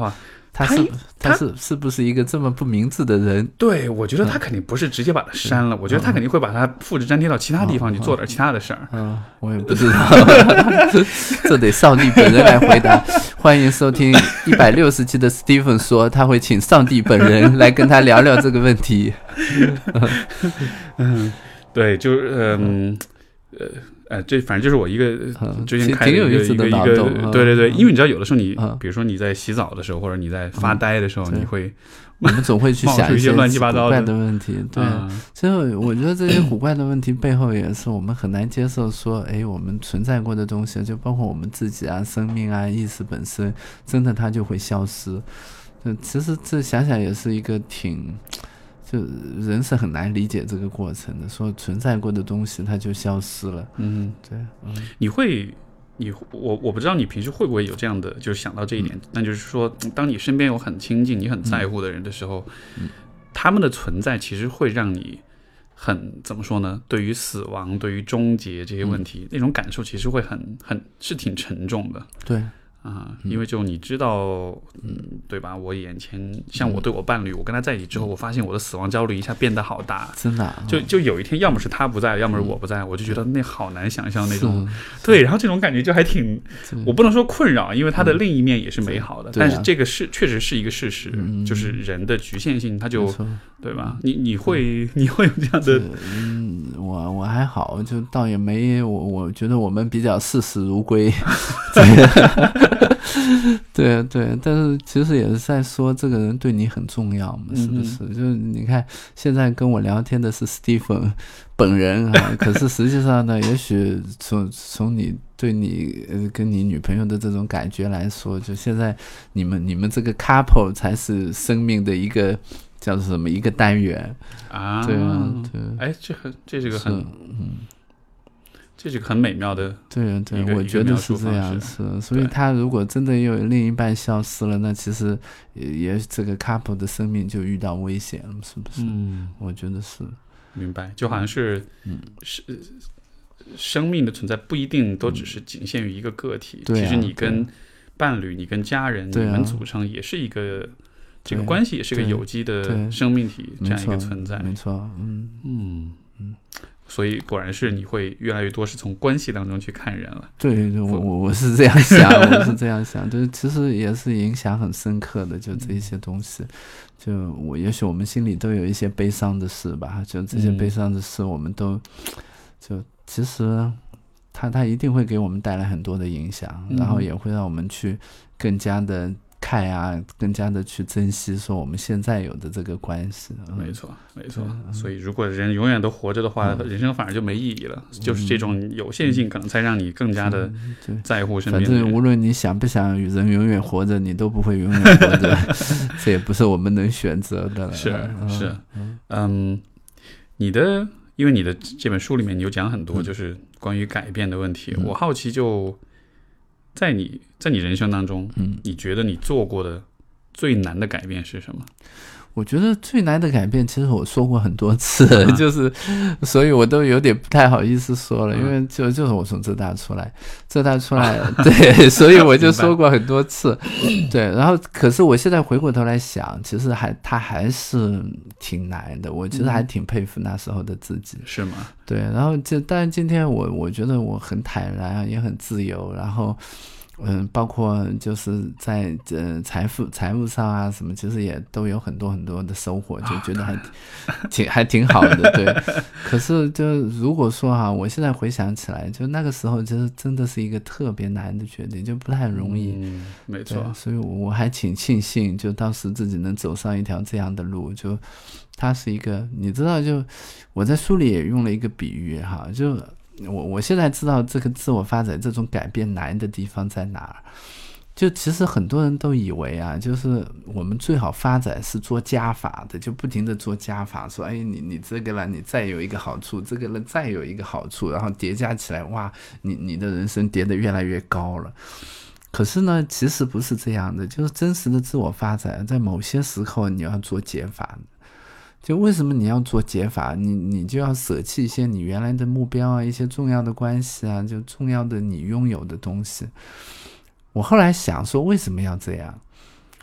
他是他是是不是一个这么不明智的人？ 对，我觉得他肯定不是直接把它删了，嗯、我觉得他肯定会把它复制粘贴到其他地方去做点其他的事儿。 嗯，嗯我也不知道，这得上帝本人来回答。欢迎收听一百六十期的 Steven 说，他会请上帝本人来跟他聊聊这个问题。 嗯，对，就嗯呃。呃，这反正就是我一个之前开的一个、嗯、一个一个，对对对，因为你知道有的时候你，嗯、比如说你在洗澡的时候，或者你在发呆的时候，嗯、你会， 我们总会去想一些乱七八糟的问题。对，嗯、所以我觉得这些古怪的问题背后也是我们很难接受说，哎，我们存在过的东西，就包括我们自己啊、生命啊、意识本身，真的它就会消失。其实这想想也是一个挺。就人是很难理解这个过程的，说存在过的东西它就消失了。嗯，对，嗯， 你会，你我我不知道你平时会不会有这样的，就是想到这一点，嗯、那就是说，当你身边有很亲近、你很在乎的人的时候，嗯、他们的存在其实会让你很怎么说呢？对于死亡、对于终结这些问题，嗯、那种感受其实会很很是挺沉重的。 对。 啊，因为就你知道，嗯，对吧？我眼前像我对我伴侣，我跟他在一起之后，我发现我的死亡焦虑一下变得好大， 真的、啊。 就就有一天，要么是他不在，要么是我不在，我就觉得那好难想象那种，对，然后这种感觉就还挺，我不能说困扰，因为它的另一面也是美好的，嗯、但是这个是确实是一个事实，嗯、就是人的局限性，它就对吧？你你会你会有这样的？ 嗯，我我还好，就倒也没我我觉得我们比较视死如归。对对，但是其实也是在说这个人对你很重要嘛，是不是？嗯、就是你看现在跟我聊天的是 Steven 本人啊，可是实际上呢，也许从从你对你呃跟你女朋友的这种感觉来说，就现在你们你们这个 couple 才是生命的一个叫做什么一个单元啊？ 对啊，对， 哎，这很这是个很嗯。这是个很美妙的， 对对，我觉得是这样，是，所以他如果真的有另一半消失了，那其实也也这个 couple 的生命就遇到危险了，是不是？嗯，我觉得是。 明白，就好像是，嗯，是生命的存在不一定都只是仅限于一个个体， 嗯、 其实你跟伴侣、你跟家人， 啊、 你们组成也是一个这个关系，也是个有机的生命体这样一个存在， 没错，嗯嗯嗯。所以果然是你会越来越多是从关系当中去看人了。 对，我我我是这样想，我是这样想，就是其实也是影响很深刻的，就这一些东西，就我也许我们心里都有一些悲伤的事吧，就这些悲伤的事，我们都、嗯、就其实它它一定会给我们带来很多的影响，然后也会让我们去更加的。看啊，更加的去珍惜说我们现在有的这个关系。嗯、 没错，没错。所以如果人永远都活着的话，嗯、人生反而就没意义了。嗯、就是这种有限性，可能才让你更加的在乎身边的人。 反正无论你想不想与人永远活着，你都不会永远活着。这也不是我们能选择的了。 是是，嗯，嗯你的，因为你的这本书里面你有讲很多，就是关于改变的问题。嗯、我好奇就。在你在你人生当中，嗯，你觉得你做过的最难的改变是什么？ 我觉得最难的改变，其实我说过很多次，啊、就是，所以我都有点不太好意思说了，啊、因为就就是我从浙大出来，浙大出来，啊、对，所以我就说过很多次，对，然后可是我现在回过头来想，其实还他还是挺难的，我其实还挺佩服那时候的自己， 嗯、是吗？ 对，然后就但是今天我我觉得我很坦然，也很自由，然后。嗯，包括就是在呃财富财务上啊什么，其实也都有很多很多的收获，就觉得还挺还挺好的，对。可是就如果说哈、啊，我现在回想起来，就那个时候其实真的是一个特别难的决定，就不太容易。 嗯，没错。 所以我还挺庆幸，就当时自己能走上一条这样的路，就它是一个，你知道，就我在书里也用了一个比喻哈，就。我我现在知道这个自我发展这种改变难的地方在哪儿，就其实很多人都以为啊，就是我们最好发展是做加法的，就不停的做加法，说哎你你这个了，你再有一个好处，这个了再有一个好处，然后叠加起来，哇，你你的人生叠得越来越高了。可是呢，其实不是这样的，就是真实的自我发展，在某些时候你要做减法。就为什么你要做减法？你你就要舍弃一些你原来的目标啊，一些重要的关系啊，就重要的你拥有的东西。我后来想说，为什么要这样？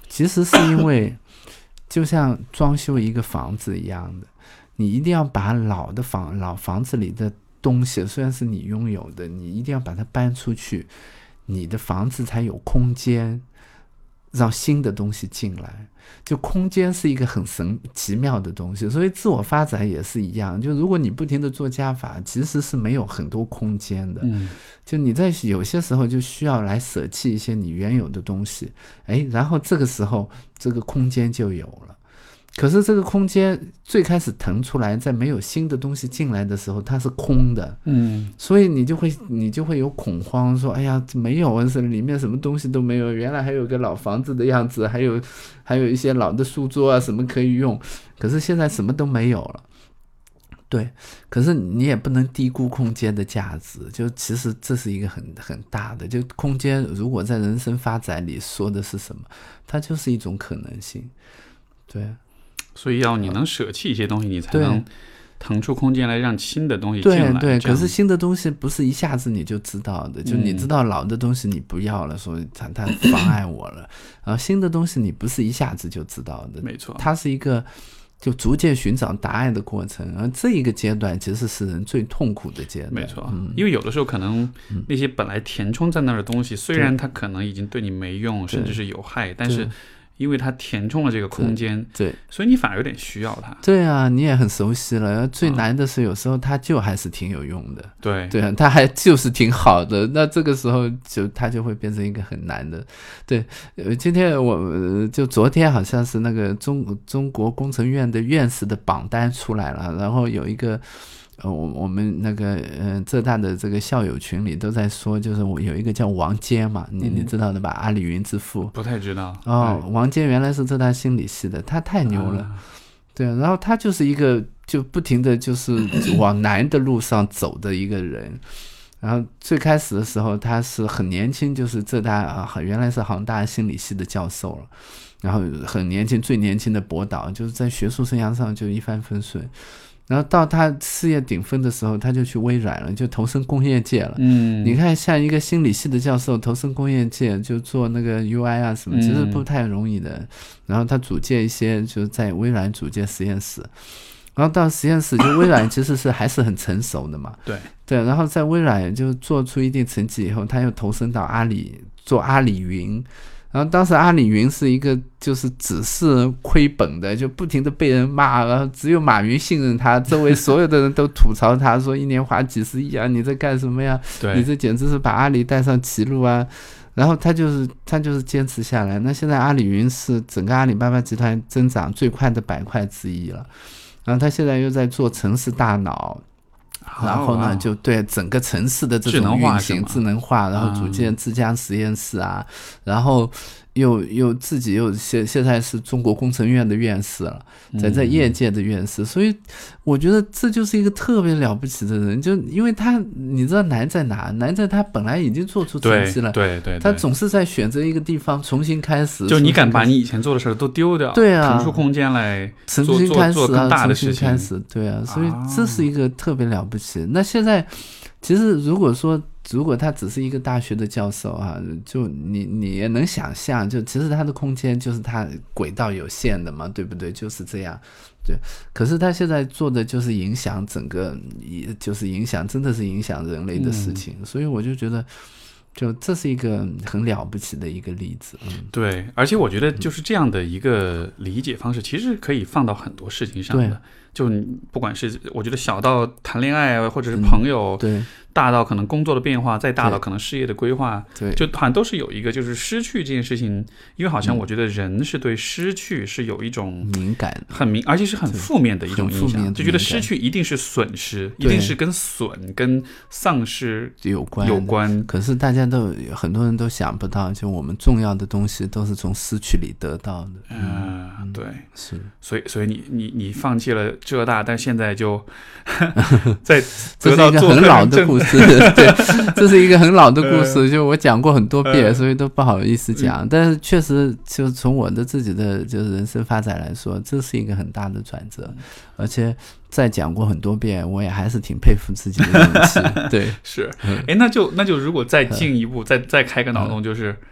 其实是因为就像装修一个房子一样的，你一定要把老的房老房子里的东西，虽然是你拥有的，你一定要把它搬出去，你的房子才有空间让新的东西进来。就空间是一个很神奇妙的东西，所以自我发展也是一样。就如果你不停的做加法，其实是没有很多空间的。 嗯， 就你在有些时候就需要来舍弃一些你原有的东西，哎，然后这个时候这个空间就有了。可是这个空间最开始腾出来，在没有新的东西进来的时候，它是空的， 嗯， 所以你就会你就会有恐慌，说，哎呀，没有啊，是里面什么东西都没有，原来还有个老房子的样子，还有还有一些老的书桌啊什么可以用，可是现在什么都没有了。对，可是你也不能低估空间的价值，就其实这是一个很很大的，就空间如果在人生发展里说的是什么，它就是一种可能性。对， 所以要你能舍弃一些东西，你才能腾出空间来让新的东西进来。 对对，可是新的东西不是一下子你就知道的，就你知道老的东西你不要了，所以它它妨碍我了。然后新的东西你不是一下子就知道的， 没错， 它是一个就逐渐寻找答案的过程。而这一个阶段其实是人最痛苦的阶段。 没错， 嗯、 因为有的时候可能那些本来填充在那儿的东西，嗯、虽然它可能已经对你没用，甚至是有害，但是因为它填充了这个空间， 对， 所以你反而有点需要它。 对啊，你也很熟悉了。最难的是有时候它就还是挺有用的。 对对啊，它还就是挺好的。那这个时候就它就会变成一个很难的。对，呃，今天我、呃、就昨天好像是那个中中国工程院的院士的榜单出来了，然后有一个。呃，我我们那个呃浙大的这个校友群里都在说，就是我有一个叫王坚嘛，你你知道的吧？阿里云之父。 不太知道。 哦，王坚原来是浙大心理系的，他太牛了。啊对，然后他就是一个就不停的就是往难的路上走的一个人。然后最开始的时候他是很年轻，就是浙大啊，原来是杭大心理系的教授了，然后很年轻，最年轻的博导，就是在学术生涯上就一帆风顺。然后到他事业顶峰的时候，他就去微软了，就投身工业界了。 嗯， 你看，像一个心理系的教授投身工业界，就做那个 U I 啊什么，其实不太容易的。嗯、然后他组建一些，就是在微软组建实验室。然后到实验室，就微软其实是还是很成熟的嘛。 对对，然后在微软就做出一定成绩以后，他又投身到阿里做阿里云。然后当时阿里云是一个就是只是亏本的，就不停的被人骂，然后只有马云信任他，周围所有的人都吐槽他，说一年花几十亿啊，你在干什么呀？你这简直是把阿里带上歧路啊！然后他就是他就是坚持下来。那现在阿里云是整个阿里巴巴集团增长最快的板块之一了。然后他现在又在做城市大脑。然后呢，就对整个城市的这种运行智能化，然后组建自家实验室啊，嗯、然后又又自己又现现在是中国工程院的院士了，在在业界的院士，嗯、所以我觉得这就是一个特别了不起的人，就因为他你知道难在哪？难在他本来已经做出成绩了， 对 对, 对, 对， 他总是在选择一个地方重新开始， 就你敢把你以前做的事都丢掉， 对啊， 腾出空间来重新开始啊， 做做更大的事情， 重新开始，对啊，所以这是一个特别了不起。那现在其实如果说如果他只是一个大学的教授啊，就你你也能想象，就其实他的空间就是他轨道有限的嘛，对不对？就是这样，对。可是他现在做的就是影响整个，就是影响，真的是影响人类的事情，嗯、所以我就觉得。就这是一个很了不起的一个例子。嗯、 对，而且我觉得就是这样的一个理解方式，其实可以放到很多事情上的。就不管是我觉得小到谈恋爱或者是朋友， 嗯、对， 大到可能工作的变化，再大到可能事业的规划， 对， 就好像都是有一个就是失去这件事情，因为好像我觉得人是对失去是有一种敏感， 很敏，而且是很负面的一种影响，就觉得失去一定是损失，一定是跟损跟丧失有关有关。 可是大家都很多人都想不到，就我们重要的东西都是从失去里得到的。 嗯，嗯对， 是， 所以所以你你你放弃了浙大，但现在就在得到做很老的故事，对，这是一个很老的故事，就我讲过很多遍，所以都不好意思讲。嗯、但是确实，就从我的自己的就是人生发展来说，这是一个很大的转折，而且再讲过很多遍，我也还是挺佩服自己的勇气。对， 是，哎，那就那就如果再进一步，嗯、再再开个脑洞，就是。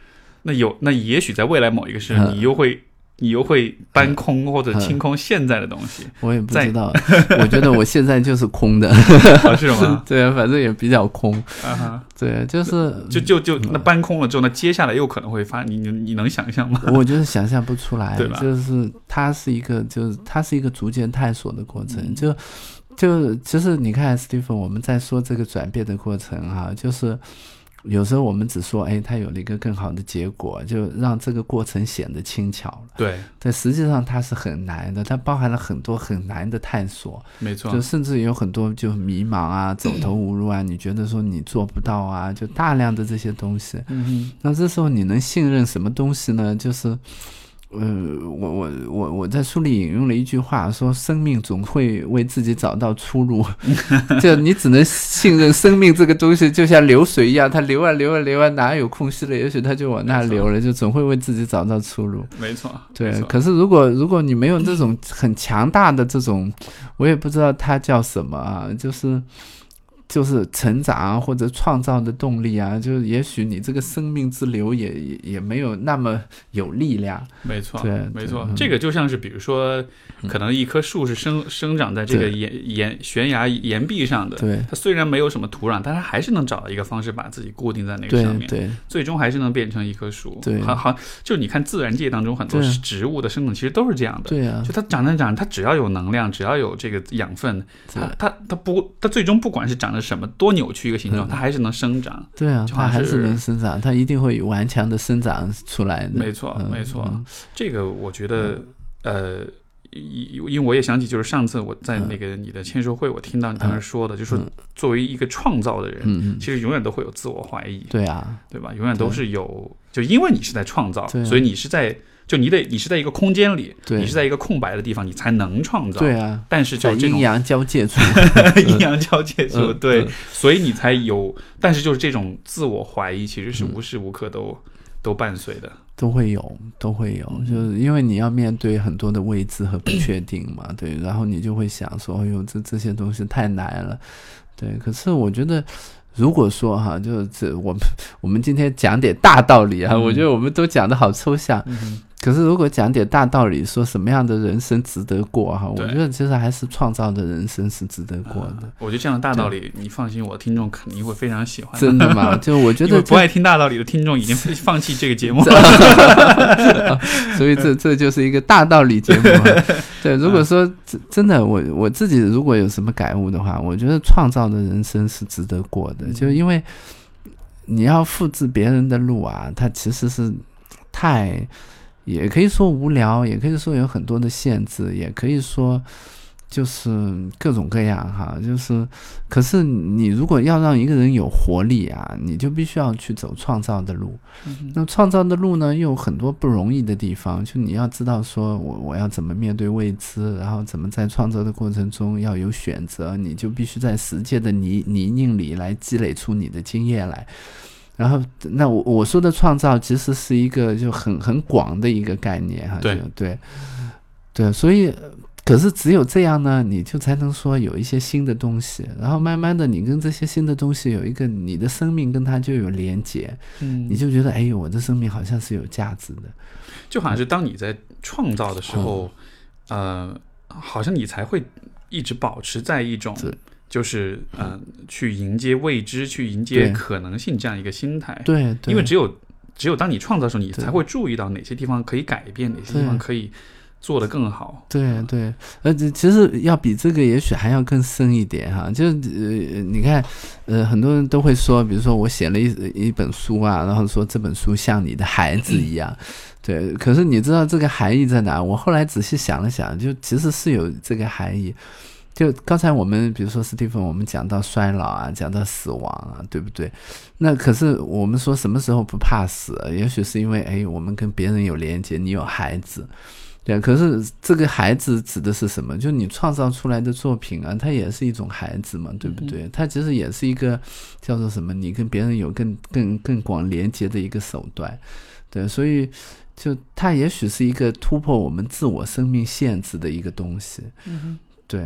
那有那也许在未来某一个时候，你又会。你又会搬空或者清空现在的东西， 我也不知道。我觉得我现在就是空的， 哦、是吗？ 对啊，反正也比较空。 啊、 对，就是就就就那搬空了之后，那接下来又可能会发，你你你能想象吗？ 我就是想象不出来， 对吧？ 就是它是一个，就是它是一个逐渐探索的过程。嗯、就就其实你看 Stephen， 我们在说这个转变的过程哈、啊，就是。有时候我们只说，哎，它有了一个更好的结果，就让这个过程显得轻巧了。 对， 但实际上它是很难的，它包含了很多很难的探索。 没错， 就甚至有很多就迷茫啊、走投无路啊，你觉得说你做不到啊，就大量的这些东西。 嗯， 那这时候你能信任什么东西呢？就是。呃，我我我我在书里引用了一句话，说生命总会为自己找到出路，就你只能信任生命这个东西，就像流水一样，它流啊流啊流啊，哪有空隙了？也许它就往那流了，就总会为自己找到出路。 没错， 对。 没错， 可是如果如果你没有这种很强大的这种，我也不知道它叫什么啊，就是。就是成长啊，或者创造的动力啊，就也许你这个生命之流也也也没有那么有力量。 没错， 对， 没错，这个就像是比如说，可能一棵树是生生长在这个岩岩悬崖岩壁上的， 对， 它虽然没有什么土壤，但它还是能找到一个方式把自己固定在那个上面， 对，对， 最终还是能变成一棵树。 对， 好好，就你看自然界当中很多植物的生长其实都是这样的， 对啊， 就它长着长着，它只要有能量，只要有这个养分，它它它不，它最终不管是长得什么多扭曲一个形状，它还是能生长。 对啊，它还是能生长，它一定会顽强的生长出来的。 没错， 嗯、 没错、 嗯。 这个我觉得，呃，因为我也想起，就是上次我在那个你的签售会，我听到你当时说的，嗯、就是说作为一个创造的人， 嗯， 其实永远都会有自我怀疑。 对啊， 对吧？永远都是有，就因为你是在创造，所以你是在。就你得，你是在一个空间里，你是在一个空白的地方，你才能创造。 对啊， 但是就这种阴阳交界处， 阴阳交界处， 嗯、 对、 嗯， 所以你才有。但是就是这种自我怀疑，其实是无时无刻都、嗯、都伴随的， 都会有，都会有。就是因为你要面对很多的未知和不确定嘛，对，然后你就会想说，哎呦，这这些东西太难了，对。可是我觉得。如果说哈，就这我们我们今天讲点大道理啊、嗯，我觉得我们都讲得好抽象。 嗯、 可是如果讲点大道理，说什么样的人生值得过哈，我觉得其实还是创造的人生是值得过的。 呃、我觉得这样的大道理，你放心，我听众肯定会非常喜欢。 真的吗？就我觉得不爱听大道理的听众已经放弃这个节目了。所以这这就是一个大道理节目。对，如果说真的我我自己如果有什么感悟的话，我觉得创造的人生是值得过的。就因为你要复制别人的路啊，它其实是太，也可以说无聊，也可以说有很多的限制，也可以说就是各种各样哈，就是可是你如果要让一个人有活力啊，你就必须要去走创造的路。 嗯、 那创造的路呢，又有很多不容易的地方，就你要知道说我我要怎么面对未知，然后怎么在创造的过程中要有选择，你就必须在实践的泥泥泞里来积累出你的经验来。然后那我我说的创造其实是一个就很很广的一个概念哈， 对对对，所以可是只有这样呢，你就才能说有一些新的东西，然后慢慢的你跟这些新的东西有一个你的生命跟它就有连结， 嗯， 你就觉得哎呦，我的生命好像是有价值的， 就好像是当你在创造的时候，嗯、呃，好像你才会一直保持在一种就是呃去迎接未知，去迎接可能性这样一个心态， 对，对， 因为只有只有当你创造的时候，你才会注意到哪些地方可以改变，哪些地方可以做得更好。 对对，而且其实要比这个也许还要更深一点哈，就呃你看呃很多人都会说，比如说我写了一一本书啊，然后说这本书像你的孩子一样。对，可是你知道这个含义在哪？我后来仔细想了想，就其实是有这个含义。就刚才我们比如说史蒂芬，我们讲到衰老啊，讲到死亡啊，对不对？那可是我们说什么时候不怕死？也许是因为哎，我们跟别人有连接，你有孩子。对，可是这个孩子指的是什么？就你创造出来的作品啊，它也是一种孩子嘛，对不对？嗯、它其实也是一个叫做什么？你跟别人有更更更广连接的一个手段。对，所以就它也许是一个突破我们自我生命限制的一个东西。 嗯， 对。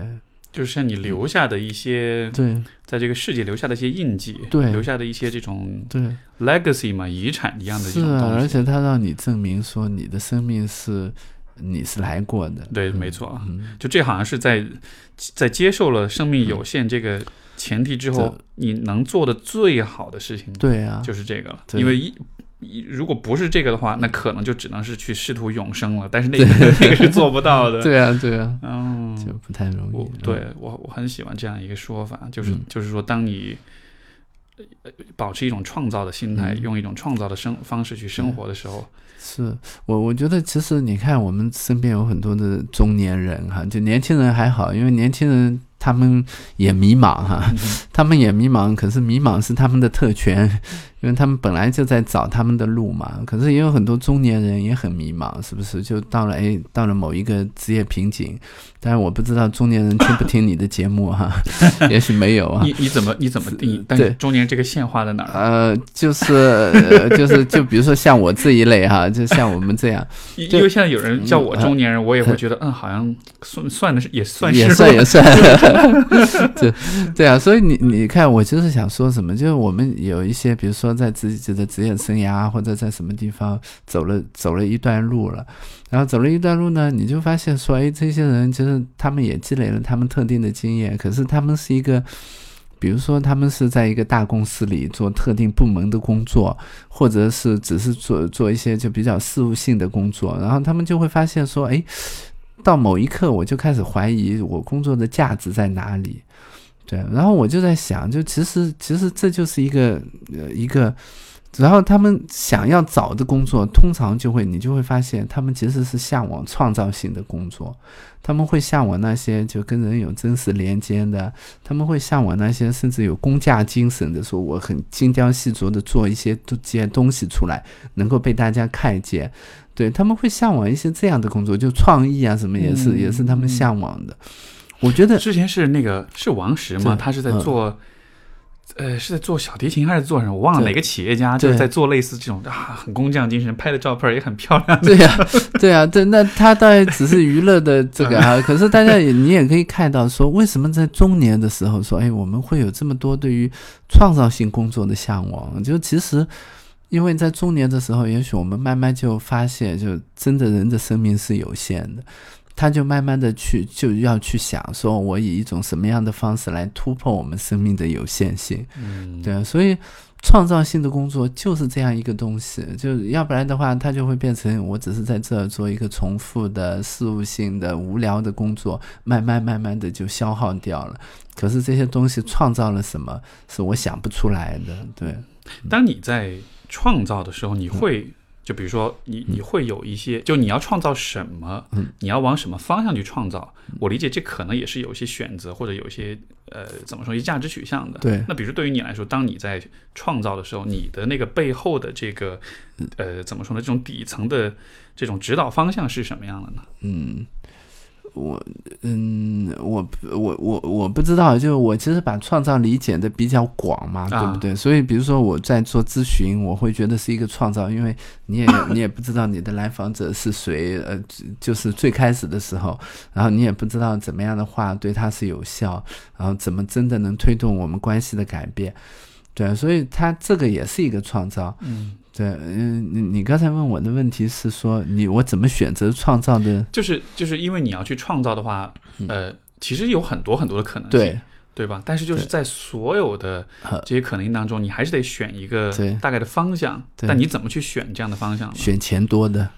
就是像你留下的一些， 对， 在这个世界留下的一些印记， 对， 留下的一些这种对 legacy 嘛，遗产一样的这种东西。 是啊，而且它让你证明说你的生命是你是来过的。 对，没错， 嗯、 就这好像是在在接受了生命有限这个前提之后，你能做的最好的事情， 对啊， 就是这个了。因为一如果不是这个的话，那可能就只能是去试图永生了，但是那个那个是做不到的。 对啊，对啊， 嗯， 就不太容易。 对，我我很喜欢这样一个说法，就是、 嗯、 就是说，当你保持一种创造的心态， 嗯、 用一种创造的生方式去生活的时候， 是我我觉得其实你看我们身边有很多的中年人哈，就年轻人还好，因为年轻人他们也迷茫哈，嗯、他们也迷茫，可是迷茫是他们的特权，因为他们本来就在找他们的路嘛。可是也有很多中年人也很迷茫，是不是？就到了哎，到了某一个职业瓶颈。但是我不知道中年人听不听你的节目哈，也许没有啊。 你你怎么你怎么定义？但是中年人这个线画在哪儿？ 呃，就是、呃、就是就比如说像我这一类哈，就像我们这样， 因为现在有人叫我中年人，嗯、我也会觉得嗯，好像算算的是也算是也算也算。对对啊，所以你你看，我就是想说什么，就是我们有一些，比如说在自己的职业生涯或者在什么地方走了走了一段路了，然后走了一段路呢，你就发现说，哎，这些人其实他们也积累了他们特定的经验，可是他们是一个，比如说他们是在一个大公司里做特定部门的工作，或者是只是做做一些就比较事务性的工作，然后他们就会发现说，哎，到某一刻我就开始怀疑我工作的价值在哪里。对，然后我就在想，就其实其实这就是一个呃一个，然后他们想要找的工作，通常就会你就会发现，他们其实是向往创造性的工作，他们会向往那些就跟人有真实连接的，他们会向往那些甚至有工匠精神的，说我很精雕细琢的做一些这些东西出来，能够被大家看见。对，他们会向往一些这样的工作，就创意啊什么也是、嗯、也是他们向往的。我觉得之前是那个是王石吗？他是在做、嗯、呃是在做小提琴还是做什么？我忘了哪个企业家就是在做类似这种啊很工匠精神，拍的照片也很漂亮。 对呀、啊，对啊，对，那他当然只是娱乐的这个啊，可是大家也你也可以看到说，为什么在中年的时候说，哎，我们会有这么多对于创造性工作的向往？就其实。因为在中年的时候，也许我们慢慢就发现，就真的人的生命是有限的，他就慢慢的去就要去想说，我以一种什么样的方式来突破我们生命的有限性。嗯，对，所以创造性的工作就是这样一个东西，就要不然的话，它就会变成我只是在这儿做一个重复的事务性的无聊的工作，慢慢慢慢的就消耗掉了。可是这些东西创造了什么，是我想不出来的。对， 当你在创造的时候，你会就比如说你你会有一些，就你要创造什么，你要往什么方向去创造，我理解这可能也是有一些选择或者有一些呃怎么说一些价值取向的。 对， 那比如说对于你来说，当你在创造的时候，你的那个背后的这个呃怎么说呢，这种底层的这种指导方向是什么样的呢？ 嗯。我嗯，我我我我不知道，就我其实把创造理解的比较广嘛，啊、对不对？所以比如说我在做咨询，我会觉得是一个创造，因为你也你也不知道你的来访者是谁，呃，就是最开始的时候，然后你也不知道怎么样的话对他是有效，然后怎么真的能推动我们关系的改变，对，所以他这个也是一个创造，嗯。对，嗯，你你刚才问我的问题是说，你我怎么选择创造的？ 就是就是因为你要去创造的话，呃，其实有很多很多的可能性， 对对吧？但是就是在所有的这些可能性当中，你还是得选一个大概的方向。但你怎么去选这样的方向呢？ 选钱多的。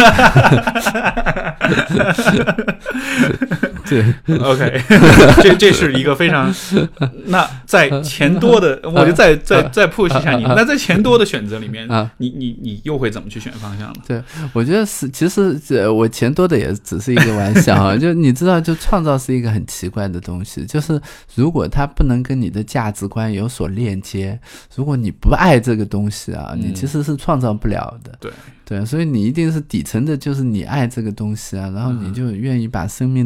对 ，OK， 这这是一个非常，那在钱多的，我就再再再 push 一下你。那在钱多的选择里面，你你你又会怎么去选方向呢？ 对，我觉得是，其实我钱多的也只是一个玩笑啊。就你知道，就创造是一个很奇怪的东西，就是如果它不能跟你的价值观有所链接，如果你不爱这个东西啊，你其实是创造不了的。 对。 对，所以你一定是底层的，就是你爱这个东西啊，然后你就愿意把生命的一部分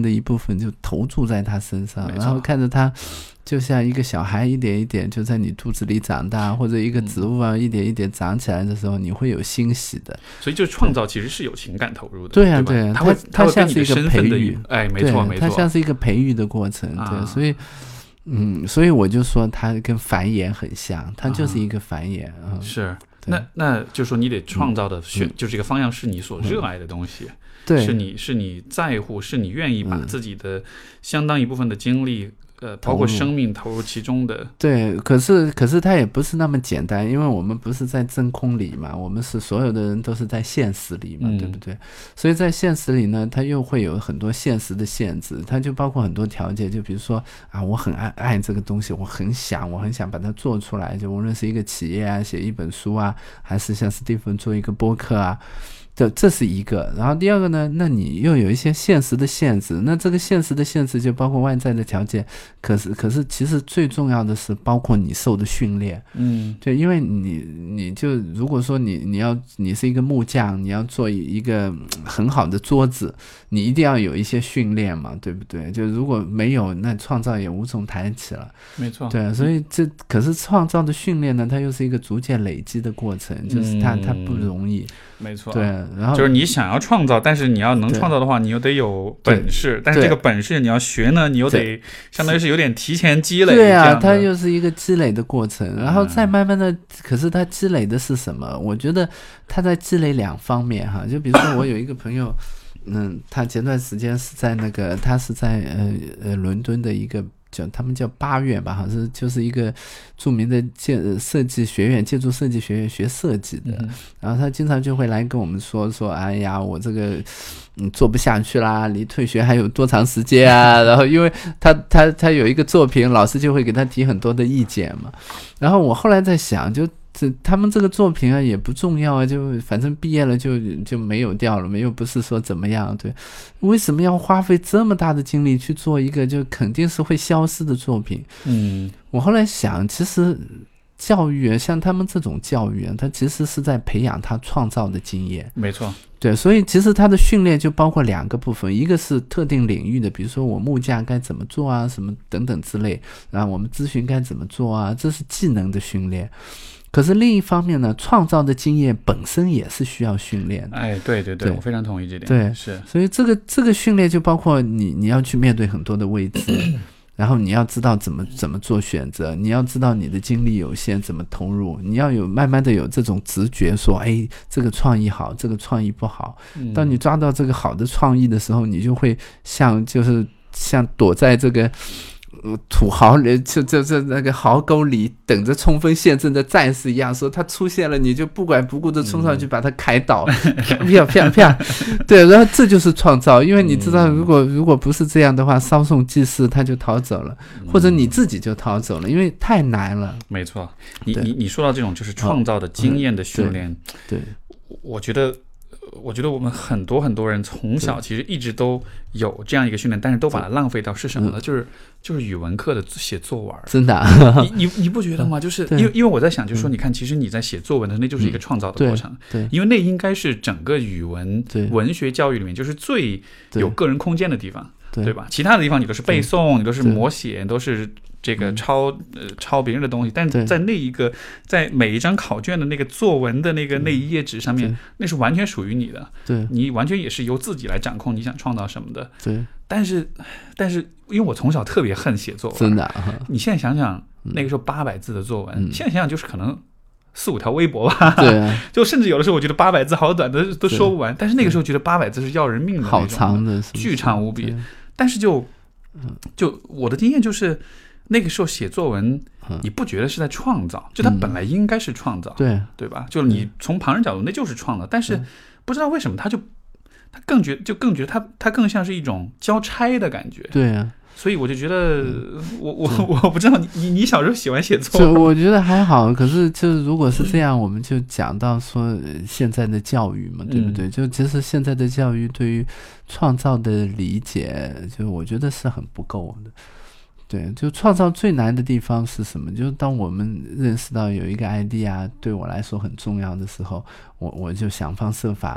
分就投注在他身上，然后看着他就像一个小孩一点一点就在你肚子里长大，或者一个植物啊、嗯、一点一点长起来的时候，你会有欣喜的。 所以就创造其实是有情感投入的。 对啊对啊， 它它像是一个培育， 哎，没错没错， 它像是一个培育的过程。对，啊、所以嗯，所以我就说它跟繁衍很像，它就是一个繁衍啊、嗯。 是，那那就说你得创造的选、嗯、就这个方向是你所热爱的东西。嗯对， 是你是你在乎，是你愿意把自己的相当一部分的精力、嗯、呃，包括生命投入其中的。 对，可是可是它也不是那么简单，因为我们不是在真空里嘛，我们是所有的人都是在现实里嘛、嗯、对不对？所以在现实里呢，它又会有很多现实的限制，它就包括很多条件，就比如说啊，我很爱爱这个东西，我很想我很想把它做出来，就无论是一个企业啊，写一本书啊，还是像史蒂芬做一个播客啊，这这是一个。然后第二个呢，那你又有一些现实的限制，那这个现实的限制就包括外在的条件，可是可是其实最重要的是包括你受的训练。 嗯， 对，因为你你就如果说你你要你是一个木匠，你要做一个很好的桌子，你一定要有一些训练嘛，对不对？就如果没有，那创造也无从谈起了。 没错。 对，所以这可是创造的训练呢，它又是一个逐渐累积的过程，就是它、嗯、它不容易。 没错。 对，然后就是你想要创造，但是你要能创造的话，你又得有本事，但是这个本事你要学呢，你又得相当于是有点提前积累。 对啊，它又是一个积累的过程，然后再慢慢的，可是它积累的是什么？我觉得它在积累两方面哈，就比如说我有一个朋友。嗯，他前段时间是在那个，他是在呃呃伦敦的一个叫他们叫八院吧，好像是就是一个著名的建设计学院，建筑设计学院学设计的。嗯、然后他经常就会来跟我们说说，哎呀，我这个嗯做不下去啦，离退学还有多长时间啊？然后因为他他他有一个作品，老师就会给他提很多的意见嘛。然后我后来在想，就。这他们这个作品啊也不重要啊，就反正毕业了就就没有掉了嘛，又不是说怎么样，对，为什么要花费这么大的精力去做一个就肯定是会消失的作品？ 嗯， 我后来想，其实教育像他们这种教育，它其实是在培养他创造的经验。 没错。 对，所以其实他的训练就包括两个部分，一个是特定领域的，比如说我木架该怎么做啊，什么等等之类，然后我们咨询该怎么做啊，这是技能的训练。可是另一方面呢，创造的经验本身也是需要训练的。 哎，对对 对, 对，我非常同意这点。 对， 是。 所以这个这个训练就包括你你要去面对很多的未知，然后你要知道怎么怎么做选择，你要知道你的精力有限怎么投入，你要有慢慢的有这种直觉说，哎，这个创意好，这个创意不好。嗯、当你抓到这个好的创意的时候，你就会像就是像躲在这个。土豪人就就就那个壕沟里等着冲锋陷阵的战士一样，说他出现了你就不管不顾的冲上去把他开倒，啪啪啪啪，对，然后这就是创造，因为你知道如果如果不是这样的话，稍纵即逝他就逃走了，或者你自己就逃走了，因为太难了。 没错，你你你说到这种就是创造的经验的训练、嗯、 对, 对我觉得我觉得我们很多很多人从小其实一直都有这样一个训练，但是都把它浪费到是什么呢？就是就是语文课的写作文。 真的、啊， 你你你不觉得吗？就是因为因为我在想，就是说，你看，其实你在写作文的那就是一个创造的过程， 对， 因为那应该是整个语文文学教育里面就是最有个人空间的地方，对, 对吧？其他的地方你都是背诵，你都是摹写，都是。这个抄呃抄别人的东西，但在那一个在每一张考卷的那个作文的那个那一页纸上面，那是完全属于你的， 对， 你完全也是由自己来掌控你想创造什么的， 对。 但是但是因为我从小特别恨写作文， 真的、啊， 你现在想想那个时候八百字的作文，嗯、现在想想就是可能四五条微博吧， 对、啊， 就甚至有的时候我觉得八百字好短的都说不完，但是那个时候觉得八百字是要人命的那种， 好长的，是不是巨长无比，但是就就我的经验就是。那个时候写作文，你不觉得是在创造？就它本来应该是创造， 对对吧？就你从旁人角度，那就是创造。但是不知道为什么，他就他更觉就更觉得他他更像是一种交差的感觉。 对啊， 所以我就觉得，我我我不知道你你你小时候喜欢写作文， 我觉得还好。可是就是如果是这样，我们就讲到说现在的教育嘛，对不对？就其实现在的教育对于创造的理解，就我觉得是很不够的。对，就创造最难的地方是什么？就是当我们认识到有一个 idea 对我来说很重要的时候，我我就想方设法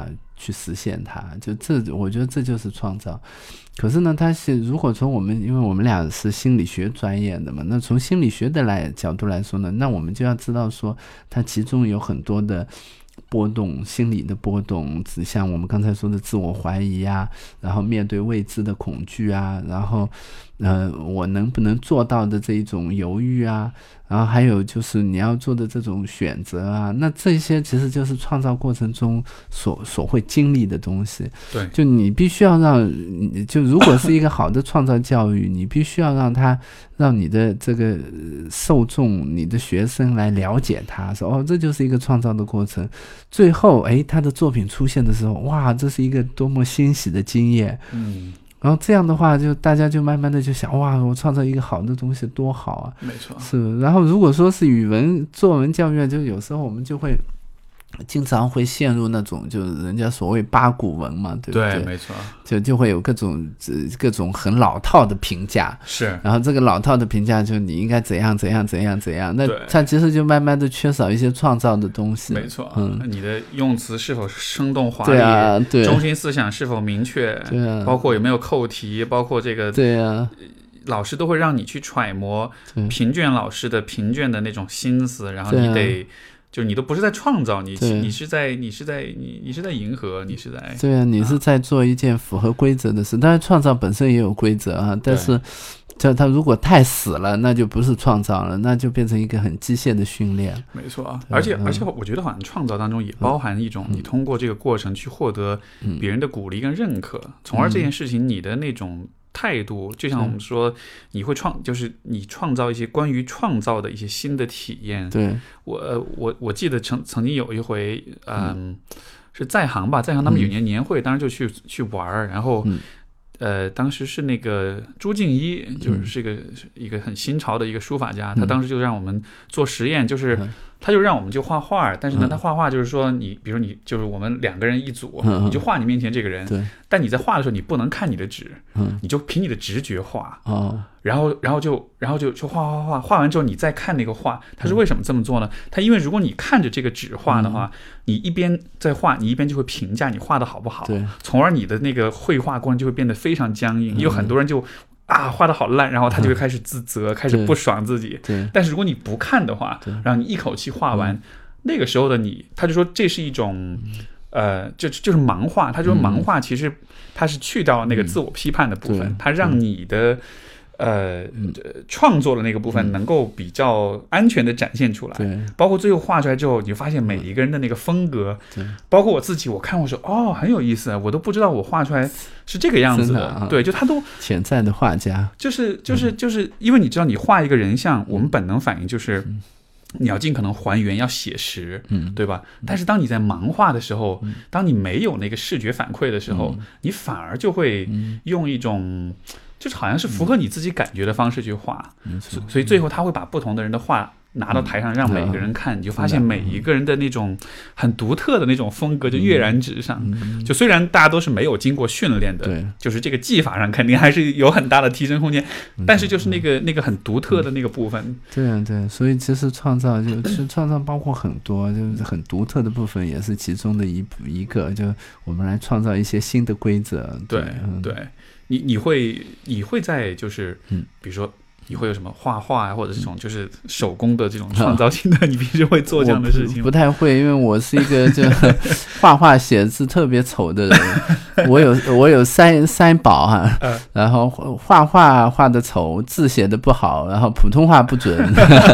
去实现它，就这我觉得这就是创造。可是呢，它是如果从我们，因为我们俩是心理学专业的嘛，那从心理学的来角度来说呢，那我们就要知道说，它其中有很多的波动，心理的波动，指向我们刚才说的自我怀疑啊，然后面对未知的恐惧啊，然后呃，我能不能做到的这一种犹豫啊，然后还有就是你要做的这种选择啊，那这些其实就是创造过程中所所会经历的东西。 对， 就你必须要让，就如果是一个好的创造教育，你必须要让他让你的这个受众、你的学生来了解他，说哦，这就是一个创造的过程。最后，哎，他的作品出现的时候，哇，这是一个多么欣喜的经验。 嗯。 然后这样的话，就大家就慢慢的就想，哇，我创造一个好的东西多好啊！ 没错， 是。然后如果说是语文作文教育，就有时候我们就会经常会陷入那种就是人家所谓八股文嘛，对不对？ 对，没错， 就就会有各种各种很老套的评价， 是。 然后这个老套的评价就你应该怎样怎样怎样怎样，那它其实就慢慢的缺少一些创造的东西。 没错， 嗯， 你的用词是否生动华丽？ 对啊，对， 中心思想是否明确？ 对啊， 包括有没有扣题，包括这个， 对啊。 老师都会让你去揣摩评卷老师的评卷的那种心思，然后你得。就你都不是在创造，你你是在你是在你你是在迎合，你是在对啊，你是在做一件符合规则的事。当然，创造本身也有规则啊，但是它它如果太死了，那就不是创造了，那就变成一个很机械的训练。 没错，而且、嗯、而且我觉得好像创造当中也包含一种你通过这个过程去获得别人的鼓励跟认可，嗯、从而这件事情你的那种。态度就像我们说，你会创，就是你创造一些关于创造的一些新的体验。 对， 我我我记得曾曾经有一回，嗯，嗯是在行吧，在行他们有年年会，嗯、当时就去去玩，然后。嗯呃，当时是那个朱敬一，就是一个、嗯、一个很新潮的一个书法家，他当时就让我们做实验，就是他就让我们就画画，但是呢，他画画就是说你，比如你就是我们两个人一组， 嗯、 你就画你面前这个人， 对， 但你在画的时候你不能看你的纸， 嗯， 你就凭你的直觉画， 哦， 然后然后就然后就就画画画画完之后你再看那个画，他是为什么这么做呢？他因为如果你看着这个纸画的话，嗯、你一边在画，你一边就会评价你画的好不好， 对， 从而你的那个绘画过程就会变得非常僵硬，有很多人就。啊，画得好烂，然后他就会开始自责，嗯、开始不爽自己。 对， 但是如果你不看的话，然后你一口气画完，那个时候的你，他就说这是一种，呃，就就是盲画。他说盲画其实他是去掉那个自我批判的部分，他、嗯、让你的。呃，创作的那个部分能够比较安全的展现出来， 对， 包括最后画出来之后，你就发现每一个人的那个风格，对，包括我自己，我看我说哦，很有意思，我都不知道我画出来是这个样子的， 的啊、 对，就他都潜在的画家， 就是就是就是因为你知道，你画一个人像，我们本能反应就是。嗯你要尽可能还原，要写实，嗯，对吧？但是当你在盲画的时候，嗯、当你没有那个视觉反馈的时候，嗯、你反而就会用一种，就是好像是符合你自己感觉的方式去画，嗯、所, 所以最后他会把不同的人的画拿到台上让每个人看，嗯、你就发现每一个人的那种很独特的那种风格就跃然纸上。嗯、就虽然大家都是没有经过训练的， 对， 就是这个技法上肯定还是有很大的提升空间，嗯、但是就是那个那个很独特的那个部分。嗯、 对啊，对，所以其实创造就是创造包括很多，就是很独特的部分也是其中的一一个，就我们来创造一些新的规则。 对， 嗯、 对，你你会你会在就是嗯，比如说。你会有什么画画啊，或者这种就是手工的这种创造性的？嗯、你平时会做这样的事情吗？ 不, 不太会，因为我是一个就画画写字特别丑的人。我有我有三三宝哈、啊，嗯、然后画画画的丑，字写的不好，然后普通话不准，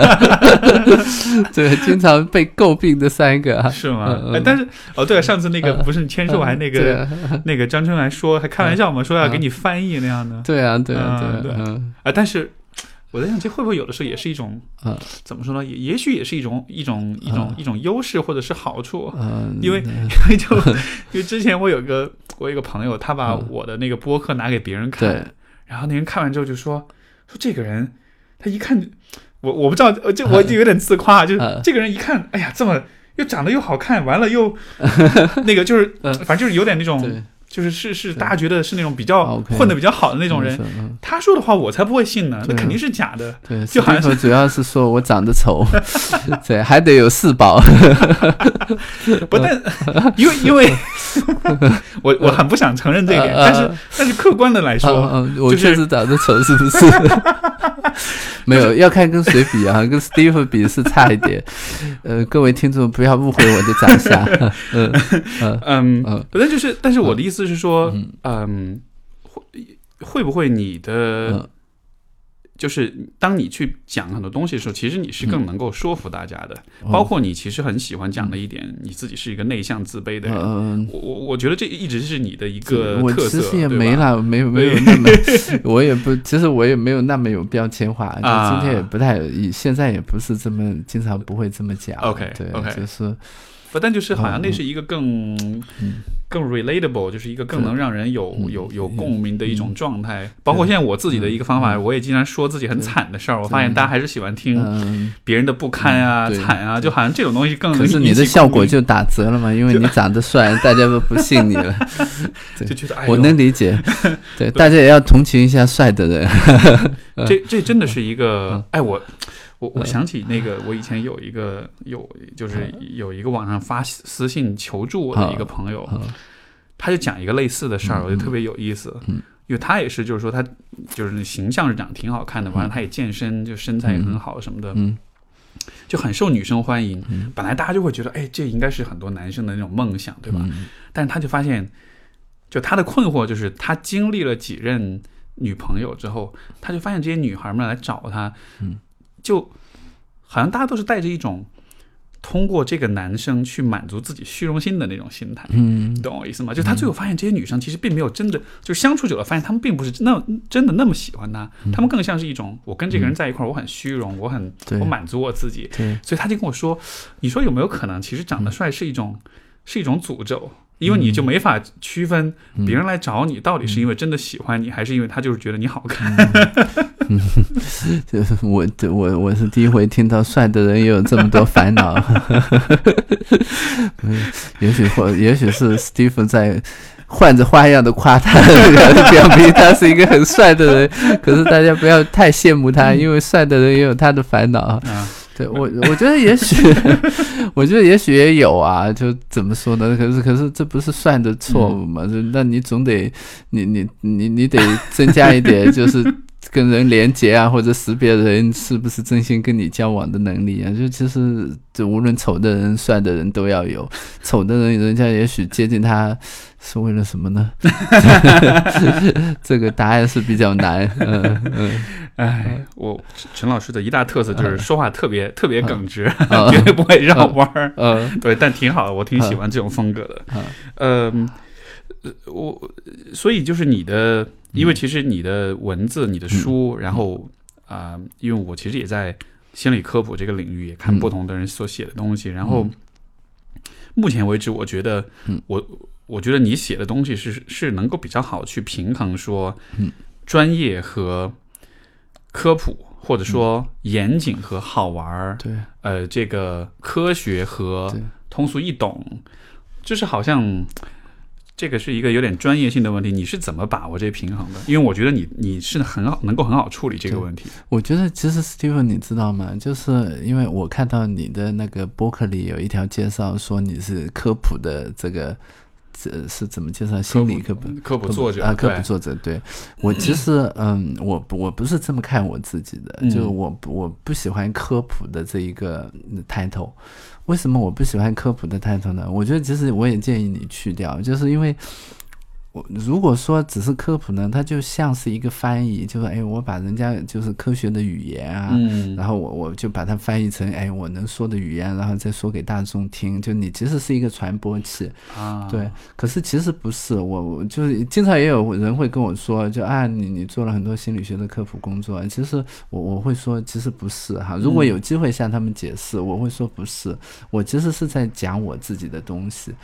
对，经常被诟病的三个、啊。 是吗？嗯、但是哦，对了，上次那个不是签售还那个、嗯啊、那个张春还说还开玩笑嘛，说要给你翻译那样的。 对啊，对啊， 对啊，对啊，啊，但是。我在想，这会不会有的时候也是一种，嗯、怎么说呢？也也许也是一种一种一种、嗯、一种优势或者是好处，嗯、因为因为就因为之前我有个我有一个朋友，他把我的那个播客拿给别人看，嗯、然后那人看完之后就说说这个人，他一看我我不知道，就我就有点自夸，嗯、就是这个人一看，哎呀，这么又长得又好看，完了又那个就是反正就是有点那种。 就是是是大家觉得是那种比较 OK 混得比较好的那种人， 嗯他说的话我才不会信呢，那对肯定是假的。 对， 就好像是主要是说我长得丑，对，还得有四宝。 不但因为因为我我很不想承认这一点， 呃但是但是客观的来说， 嗯嗯，我就是确实长得丑，是不是？没有，要看跟谁比啊，跟 Steve 比是差一点。呃，各位听众不要误会我的长相。嗯嗯嗯嗯， 反正就是，但是我的意思是说，嗯，会会不会你的嗯就是当你去讲很多东西的时候，其实你是更能够说服大家的。 嗯、 包括你其实很喜欢讲的一点，你自己是一个内向自卑的人。 嗯， 我我我觉得这一直是你的一个特色。 我其实也没了， 没有没有那么，我也不，其实我也没有那么有标签化。就今天也不太，现在也不是这么经常不会这么讲。 OK， 对 OK， 就是。 不，但就是好像那是一个更、 嗯、 更 relatable， 就是一个更能让人有、嗯、有有共鸣的一种状态。嗯、包括现在我自己的一个方法，嗯、我也经常说自己很惨的事儿。我发现大家还是喜欢听别人的不堪啊、嗯、惨啊，就好像这种东西更能。 可是你的效果就打折了嘛，因为你长得帅，大家都不信你了。 就觉得哎， 我能理解。对，大家也要同情一下帅的人。 这这真的是一个，嗯、哎我。我我想起那个，我以前有一个有就是有一个网上发私信求助我的一个朋友，他就讲一个类似的事儿，我觉得特别有意思，因为他也是就是说他就是形象是长得挺好看的，完了他也健身，就身材也很好什么的，就很受女生欢迎。本来大家就会觉得，哎，这应该是很多男生的那种梦想，对吧？但是他就发现，就他的困惑就是他经历了几任女朋友之后，他就发现这些女孩们来找他，就好像大家都是带着一种通过这个男生去满足自己虚荣心的那种心态，嗯，你懂我意思吗？就他最后发现这些女生其实并没有真的，就是相处久了发现他们并不是那真的那么喜欢他，他们更像是一种我跟这个人在一块儿，我很虚荣，我很我满足我自己，所以他就跟我说，你说有没有可能其实长得帅是一种是一种诅咒？因为你就没法区分别人来找你到底是因为真的喜欢你，嗯、还是因为他就是觉得你好看。 嗯，我我我是第一回听到帅的人也有这么多烦恼。也许或也许是 Steve 在换着花样的夸他，表明他是一个很帅的人。可是大家不要太羡慕他，因为帅的人也有他的烦恼。啊对我，我觉得也许，我觉得也许也有啊。就怎么说呢？可是，可是这不是算的错误嘛？嗯、那你总得，你你你你得增加一点，就是跟人连结啊，或者识别人是不是真心跟你交往的能力啊。就其实，就无论丑的人、帅的人都要有。丑的人，人家也许接近他是为了什么呢？这个答案是比较难。嗯嗯。 哎，我陈老师的一大特色就是说话特别、嗯、特别耿直，嗯、绝对不会绕弯儿。嗯，对，但挺好的，我挺喜欢这种风格的。嗯，呃，我所以就是你的，因为其实你的文字、你的书，嗯、然后啊、呃，因为我其实也在心理科普这个领域，也看不同的人所写的东西，嗯、然后目前为止，我觉得我我觉得你写的东西是是能够比较好去平衡说专业和科普，或者说严谨和好玩，对，呃，这个科学和通俗易懂，就是好像这个是一个有点专业性的问题，你是怎么把握这平衡的？因为我觉得你你是很好能够很好处理这个问题。 我觉得其实 Steve 你知道吗？就是因为我看到你的那个博客里有一条介绍说你是科普的这个。这是怎么介绍？心理科普科普作者啊，科普作者。对，我其实嗯，我我不是这么看我自己的，嗯、就我我不喜欢科普的这一个 title。为什么我不喜欢科普的 title 呢？我觉得其实我也建议你去掉，就是因为。如果说只是科普呢，它就像是一个翻译，就是哎，我把人家就是科学的语言啊，嗯、然后我我就把它翻译成哎我能说的语言，然后再说给大众听。就你其实是一个传播器啊，对。可是其实不是，我我就是经常也有人会跟我说，就啊你你做了很多心理学的科普工作，其实我我会说其实不是哈。如果有机会向他们解释，我会说不是，我其实是在讲我自己的东西。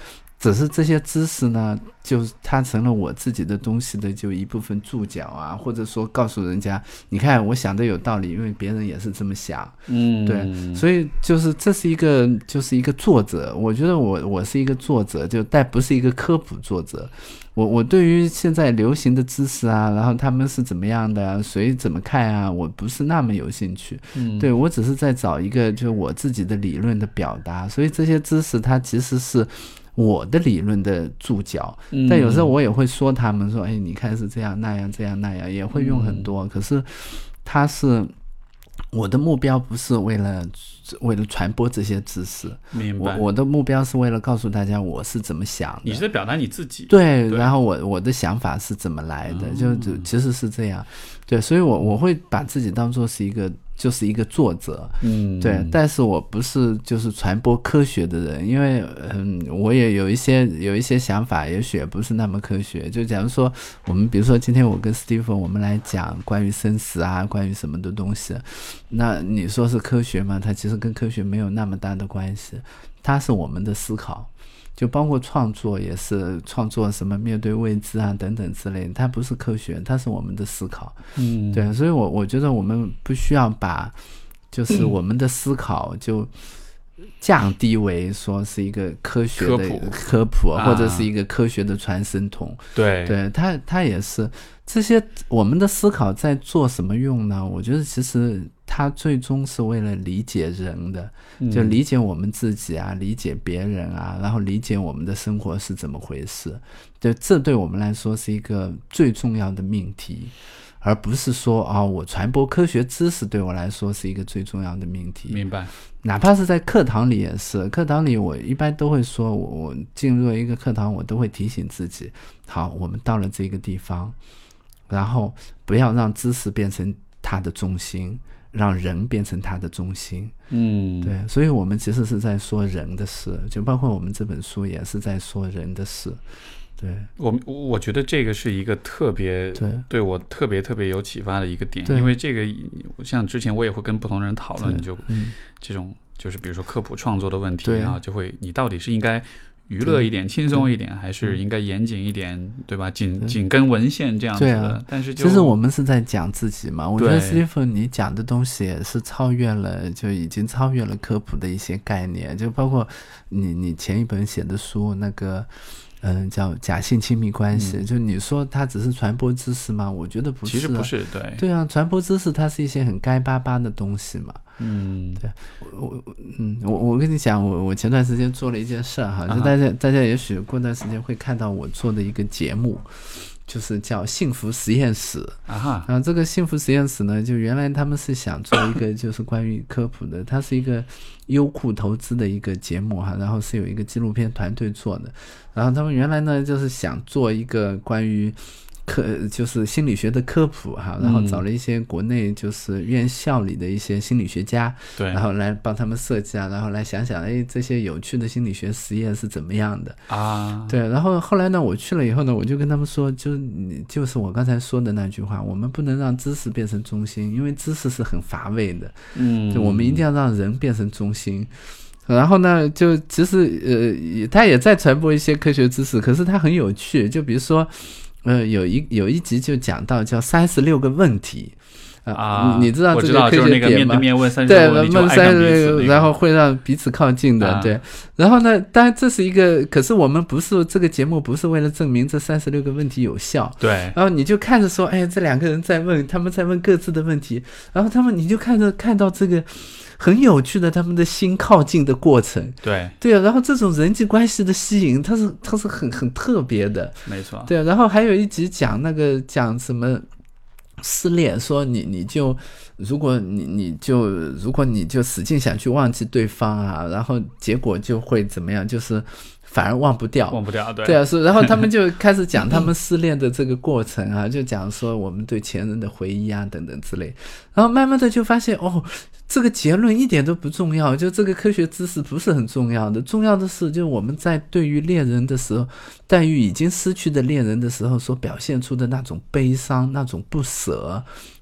只是这些知识呢，就它成了我自己的东西的就一部分注脚啊，或者说告诉人家，你看我想的有道理，因为别人也是这么想。 嗯， 对，所以就是这是一个就是一个作者，我觉得我我是一个作者，就但不是一个科普作者。我我对于现在流行的知识啊，然后他们是怎么样的，谁怎么看啊，我不是那么有兴趣。 嗯， 对，我只是在找一个就我自己的理论的表达，所以这些知识它其实是我的理论的注脚， 嗯， 但有时候我也会说他们说，哎，你看是这样那样这样那样，也会用很多，嗯，可是它是我的目标不是为了为了传播这些知识， 明白。 我我的目标是为了告诉大家我是怎么想的， 你是在表达你自己。 对， 对， 然后我我的想法是怎么来的， 嗯， 就就其实是这样。对，所以我我会把自己当作是一个就是一个作者， 嗯， 对，但是我不是就是传播科学的人，因为嗯，我也有一些有一些想法，也许也不是那么科学。就假如说我们比如说今天我跟 Stephen 我们来讲关于生死啊，关于什么的东西，那你说是科学吗？它其实跟科学没有那么大的关系，它是我们的思考。就包括创作也是创作什么面对未知啊等等之类的，它不是科学，它是我们的思考。 嗯， 对，所以我我觉得我们不需要把就是我们的思考就降低为说是一个科学的科普，科普啊，或者是一个科学的传声筒。 对， 对，它它也是这些我们的思考在做什么用呢？我觉得其实它最终是为了理解人的，就理解我们自己啊，理解别人啊，然后理解我们的生活是怎么回事。对，这对我们来说是一个最重要的命题，而不是说啊、哦，我传播科学知识对我来说是一个最重要的命题。 明白。 哪怕是在课堂里也是，课堂里我一般都会说，我我进入一个课堂，我都会提醒自己，好，我们到了这个地方，然后不要让知识变成它的中心，让人变成它的中心。 嗯， 对，所以我们其实是在说人的事，就包括我们这本书也是在说人的事。对， 我我觉得这个是一个特别 对, 对我特别特别有启发的一个点，因为这个像之前我也会跟不同人讨论，就、嗯、这种就是比如说科普创作的问题啊，就会你到底是应该娱乐一点轻松一点，还是应该严谨一点，对吧？紧紧跟文献这样子的。对啊，但是就其实我们是在讲自己嘛。我觉得 Stephen 你讲的东西也是超越了，就已经超越了科普的一些概念，就包括你你前一本写的书那个。嗯，叫假性亲密关系、嗯、就你说它只是传播知识吗？我觉得不是、啊、 其实不是。对对啊，传播知识它是一些很干巴巴的东西嘛。 嗯， 对，我嗯我我跟你讲，我我前段时间做了一件事哈，就大家、啊、大家也许过段时间会看到我做的一个节目，就是叫幸福实验室啊哈。 然后这个幸福实验室呢，就原来他们是想做一个就是关于科普的，它是一个优酷投资的一个节目哈，然后是有一个纪录片团队做的，然后他们原来呢就是想做一个关于科就是心理学的科普哈，然后找了一些国内就是院校里的一些心理学家，对、嗯，然后来帮他们设计啊，然后来想想哎这些有趣的心理学实验是怎么样的啊？ 对，然后后来呢我去了以后呢，我就跟他们说，就就是我刚才说的那句话，我们不能让知识变成中心，因为知识是很乏味的， 嗯， 就我们一定要让人变成中心。然后呢，就其实呃，他也在传播一些科学知识，可是他很有趣，就比如说。呃，有一有一集就讲到叫三十六个问题， 呃、啊， 你知道这个科学点吗？ 就是那个面对面问三十六个问题， 对，问三十六个，然后会让彼此靠近的，啊、对。然后呢，当然这是一个，可是我们不是这个节目不是为了证明这三十六个问题有效， 对。 然后你就看着说，哎，这两个人在问，他们在问各自的问题，然后他们你就看着看到这个。很有趣的他们的心靠近的过程， 对对啊，然后这种人际关系的吸引，它是它是很很特别的， 没错， 对啊，然后还有一集讲那个讲什么失恋，说你你就如果你你就如果你就使劲想去忘记对方啊，然后结果就会怎么样，就是反而忘不掉， 忘不掉，对对啊，是，然后他们就开始讲他们失恋的这个过程啊，就讲说我们对前任的回忆啊等等之类，然后慢慢的就发现哦，这个结论一点都不重要，就这个科学知识不是很重要的，重要的是就我们在对于恋人的时候，对于已经失去的恋人的时候所表现出的那种悲伤、那种不舍，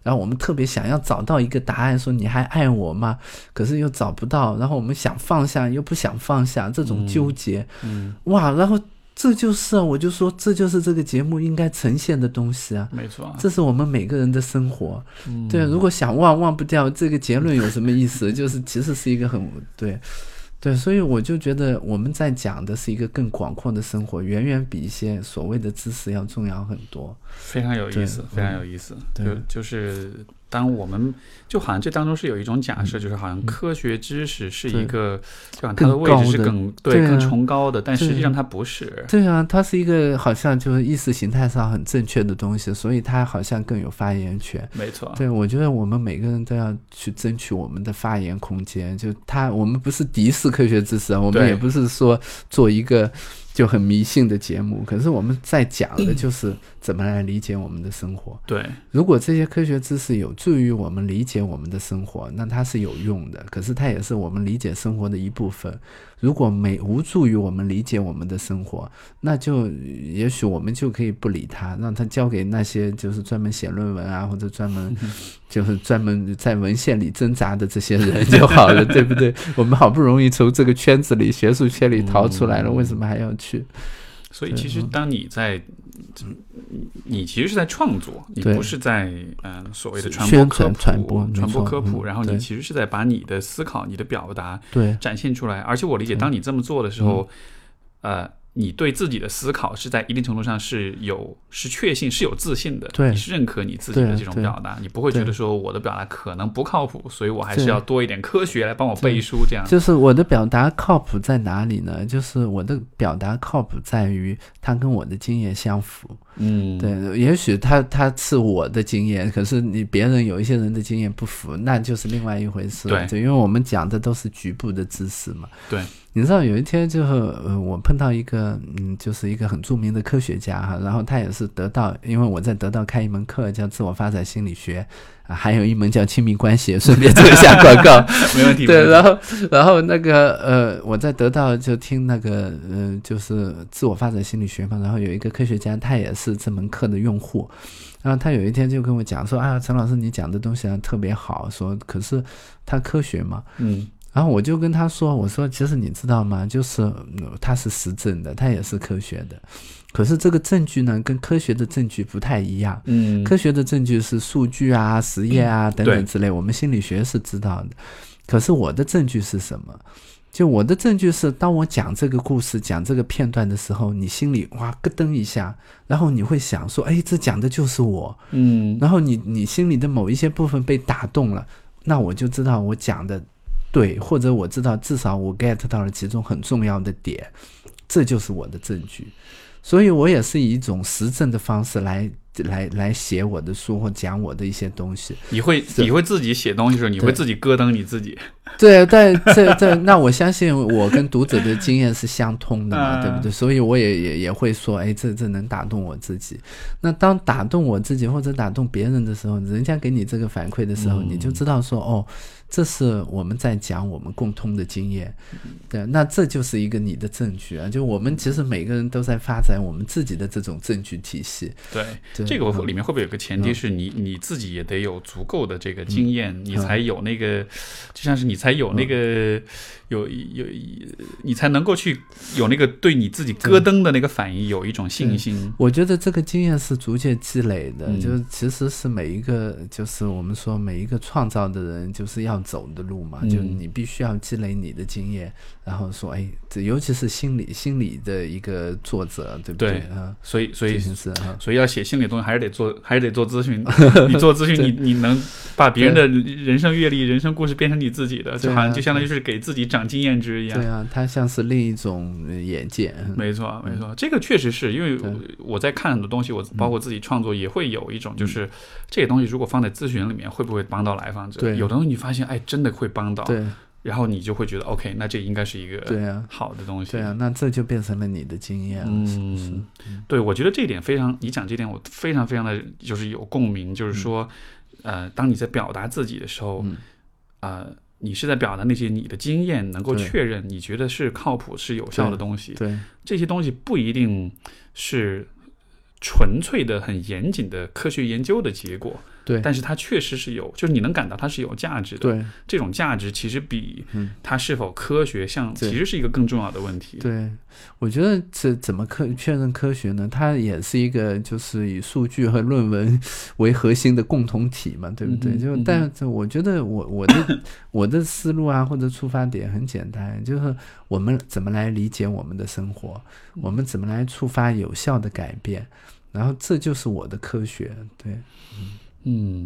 然后我们特别想要找到一个答案，说你还爱我吗？可是又找不到，然后我们想放下又不想放下，这种纠结， 嗯， 哇，然后这就是啊，我就说这就是这个节目应该呈现的东西啊， 没错， 这是我们每个人的生活， 嗯、 对，如果想忘忘不掉，这个结论有什么意思？就是其实是一个很对。对，所以我就觉得我们在讲的是一个更广阔的生活，远远比一些所谓的知识要重要很多。 非常有意思，非常有意思。 对， 就就是当我们就好像这当中是有一种假设，嗯、就是好像科学知识是一个，就好像它的位置是更对, 对、啊、更崇高的，但实际上它不是。 对啊，它是一个好像就是意识形态上很正确的东西，所以它好像更有发言权。 没错。 对，我觉得我们每个人都要去争取我们的发言空间。就它，我们不是敌视科学知识啊，我们也不是说做一个就很迷信的节目，可是我们在讲的就是怎么来理解我们的生活。 对， 如果这些科学知识有助于我们理解我们的生活，那它是有用的，可是它也是我们理解生活的一部分。如果没无助于我们理解我们的生活，那就也许我们就可以不理它，让它交给那些就是专门写论文啊，或者专门就是专门在文献里挣扎的这些人就好了，对不对？我们好不容易从这个圈子里学术圈里逃出来了，嗯、为什么还要去？ 所以其实当你在你其实是在创作，你不是在嗯、呃、所谓的传播科普传播传播科普、 嗯、 然后你其实是在把你的思考你的表达对展现出来。而且我理解当你这么做的时候、嗯、呃你对自己的思考是在一定程度上是有是确信是有自信的， 对， 你是认可你自己的这种表达，你不会觉得说我的表达可能不靠谱，所以我还是要多一点科学来帮我背书这样。 就是我的表达靠谱在哪里呢？就是我的表达靠谱在于它跟我的经验相符。 嗯， 对，也许他他是我的经验，可是你别人有一些人的经验不符，那就是另外一回事。 对， 因为我们讲的都是局部的知识嘛。 对。 你知道有一天就是呃，我碰到一个嗯，就是一个很著名的科学家哈，然后他也是得到，因为我在得到开一门课叫自我发展心理学啊，还有一门叫亲密关系，顺便做一下广告。 没问题。 对，然后然后那个呃，我在得到就听那个呃，就是自我发展心理学嘛，然后有一个科学家，他也是这门课的用户。然后他有一天就跟我讲说啊，陈老师你讲的东西啊特别好，说可是他科学嘛， 嗯。 然后我就跟他说，我说其实你知道吗，就是它是实证的，它也是科学的，可是这个证据呢跟科学的证据不太一样。 嗯， 科学的证据是数据啊实验啊、嗯、等等之类，我们心理学是知道的，可是我的证据是什么？就我的证据是当我讲这个故事讲这个片段的时候，你心里哇咯噔一下，然后你会想说哎，这讲的就是我。 嗯， 然后你你心里的某一些部分被打动了，那我就知道我讲的对，或者我知道至少我 get 到了其中很重要的点，这就是我的证据。所以我也是以一种实证的方式来来来写我的书或讲我的一些东西。 你会你会自己写东西的时候，你会自己咯噔你自己。 对对对对，那我相信我跟读者的经验是相通的嘛，对不对？所以我也也也会说，哎，这这能打动我自己。那当打动我自己或者打动别人的时候，人家给你这个反馈的时候，嗯、你就知道说，哦，这是我们在讲我们共通的经验。对，那这就是一个你的证据啊。就我们其实每个人都在发展我们自己的这种证据体系。 对，对这个里面会不会有个前提是你、嗯、你自己也得有足够的这个经验，嗯、你才有那个，嗯、就像是你才有那个、嗯、有有你才能够去有那个对你自己咯噔的那个反应有一种信心。 我觉得这个经验是逐渐积累的， 嗯、 就其实是每一个就是我们说每一个创造的人就是要走的路嘛，嗯、就你必须要积累你的经验，然后说哎，这尤其是心理心理的一个作者，对不对？ 对啊，所以所以是啊， 所以要写心理的东西还是得做，还是得做咨询。你做咨询，你你能把别人的人生阅历、人生故事变成你自己的，就好像就相当于是给自己长经验值一样。 对啊，它像是另一种眼界。 没错，没错，嗯、这个确实是因为我在看很多东西，我包括自己创作也会有一种，就是、嗯、这些东西如果放在咨询里面，会不会帮到来访者？ 对， 有的东西你发现，哎，真的会帮到。 对。 然后你就会觉得 OK， 那这应该是一个好的东西。 对啊，对啊，那这就变成了你的经验了。 嗯，是是对，我觉得这一点非常，你讲这点我非常非常的就是有共鸣，就是说，嗯、呃，当你在表达自己的时候，嗯、呃，你是在表达那些你的经验能够确认你觉得是靠谱、是有效的东西。 对，对这些东西不一定是纯粹的、很严谨的科学研究的结果。 对， 但是它确实是有，就是你能感到它是有价值的。 对， 这种价值其实比它是否科学像，其实是一个更重要的问题。 对，我觉得这怎么科确认科学呢？它也是一个就是以数据和论文为核心的共同体嘛，对不对？ 嗯、 就但是我觉得我我的我的思路啊或者出发点很简单，就是我们怎么来理解我们的生活，我们怎么来触发有效的改变，然后这就是我的科学。对， 嗯。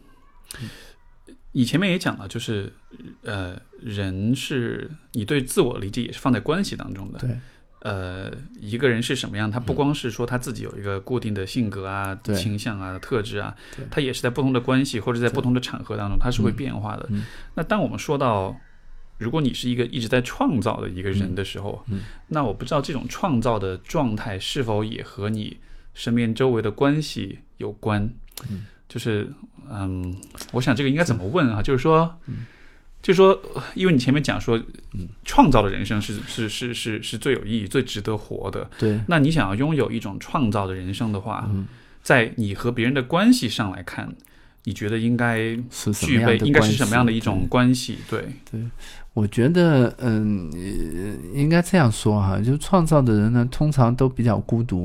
你前面也讲了，就是呃，人是你对自我理解也是放在关系当中的。 对， 呃，一个人是什么样，他不光是说他自己有一个固定的性格啊、倾向啊、特质啊，他也是在不同的关系或者在不同的场合当中，他是会变化的。 嗯、 那当我们说到，如果你是一个一直在创造的一个人的时候， 嗯嗯、 那我不知道这种创造的状态是否也和你身边周围的关系有关。 嗯就是嗯，我想这个应该怎么问啊？就是说，就是说，因为你前面讲说，创造的人生是是是是是最有意义、最值得活的。 对。 那你想要拥有一种创造的人生的话， 嗯、 在你和别人的关系上来看，你觉得应该具备应该是什么样的一种关系？对对。我觉得，嗯，应该这样说哈，就创造的人呢，通常都比较孤独，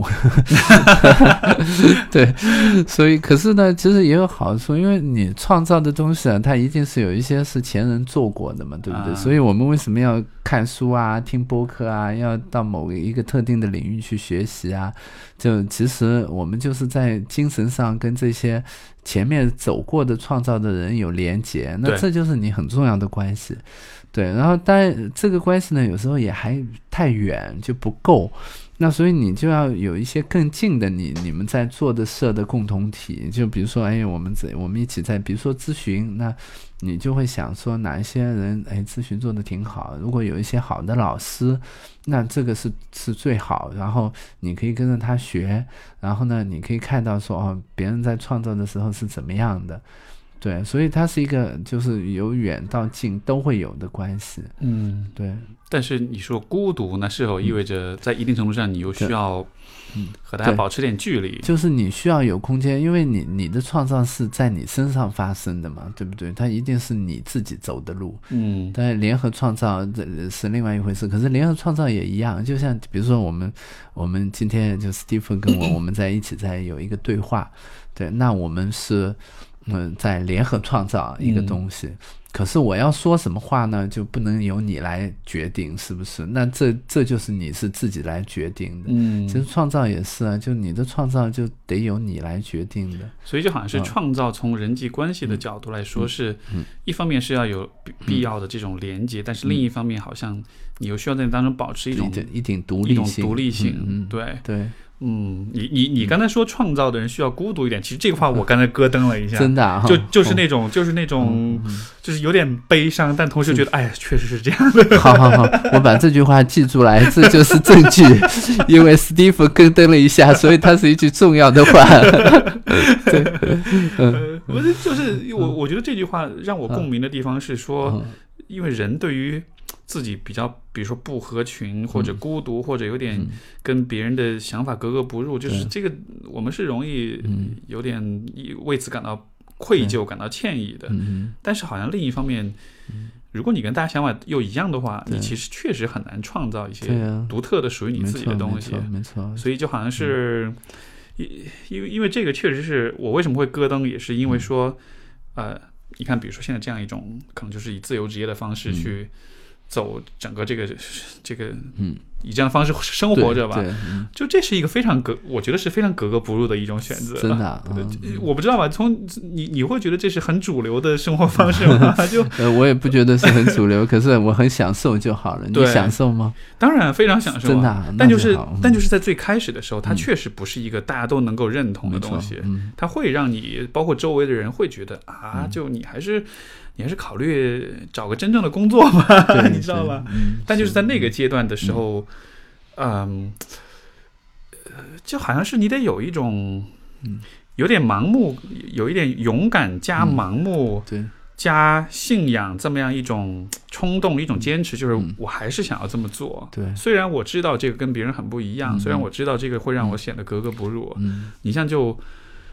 对，所以可是呢，其实也有好处，因为你创造的东西啊，它一定是有一些是前人做过的嘛，对不对？啊、所以我们为什么要看书啊、听播客啊，要到某一个特定的领域去学习啊？就其实我们就是在精神上跟这些前面走过的创造的人有连结，那这就是你很重要的关系。对，然后当然这个关系呢，有时候也还太远就不够，那所以你就要有一些更近的你你们在做的事的共同体，就比如说，哎，我们在我们一起在，比如说咨询，那你就会想说哪一些人，哎，咨询做得挺好，如果有一些好的老师，那这个是是最好，然后你可以跟着他学，然后呢，你可以看到说，哦，别人在创造的时候是怎么样的。对，所以它是一个就是由远到近都会有的关系。 嗯， 对。 但是你说孤独，那是否意味着在一定程度上你又需要和大家保持点距离？ 就是你需要有空间，因为你你的创造是在你身上发生的嘛，对不对？它一定是你自己走的路。 嗯， 但联合创造是另外一回事。可是联合创造也一样，就像比如说我们我们今天就 Steve 跟我我们在一起在有一个对话，对，那我们是。嗯，在联合创造一个东西、嗯、可是我要说什么话呢，就不能由你来决定，是不是？那这这就是你是自己来决定的。 嗯， 其实创造也是啊，就你的创造就得由你来决定的。 所以就好像是创造从人际关系的角度来说，是一方面是要有必要的这种连接、嗯、但是另一方面好像你又需要在当中保持一种一定独立性， 一种独立性。 嗯嗯、 对对。 嗯，你你你刚才说创造的人需要孤独一点，其实这个话我刚才咯噔了一下， 真的、啊， 就就是那种、哦、就是那种、嗯、就是有点悲伤，但同时觉得哎呀，确实是这样的。 好好好，我把这句话记住来，这就是证据，因为 Steve 咯噔了一下，所以它是一句重要的话。对， 嗯，不是，就是我我觉得这句话让我共鸣的地方是说，嗯、因为人对于自己比较比如说不合群或者孤独、嗯、或者有点跟别人的想法格格不入、嗯、就是这个我们是容易有点为此感到愧疚、嗯、感到歉意的、 嗯、 但是好像另一方面、嗯、如果你跟大家想法又一样的话，你其实确实很难创造一些独特的属于你自己的东西、 啊、没错，没错， 所以就好像是、嗯、因为因为这个确实是我为什么会咯噔，也是因为说、嗯、呃，你看比如说现在这样一种可能就是以自由职业的方式去、嗯走整个这个这个嗯，以这样的方式生活着吧，嗯、就这是一个非常格，我觉得是非常格格不入的一种选择。 真的、啊嗯，我不知道吧？从你你会觉得这是很主流的生活方式吗？就呃，我也不觉得是很主流，可是我很享受就好了。你享受吗？ 当然非常享受、啊， 真的、啊。 但就是、嗯、但就是在最开始的时候，它确实不是一个大家都能够认同的东西， 嗯、 它会让你包括周围的人会觉得啊，就你还是。你还是考虑找个真正的工作嘛，你知道吧、 嗯？ 但就是在那个阶段的时候，嗯，呃、嗯，就好像是你得有一种，有点盲目，有一点勇敢加盲目， 嗯、对， 加信仰这么样一种冲动，一种坚持，就是我还是想要这么做。 对、嗯， 虽然我知道这个跟别人很不一样， 嗯、 虽然我知道这个会让我显得格格不入。 嗯， 你像就。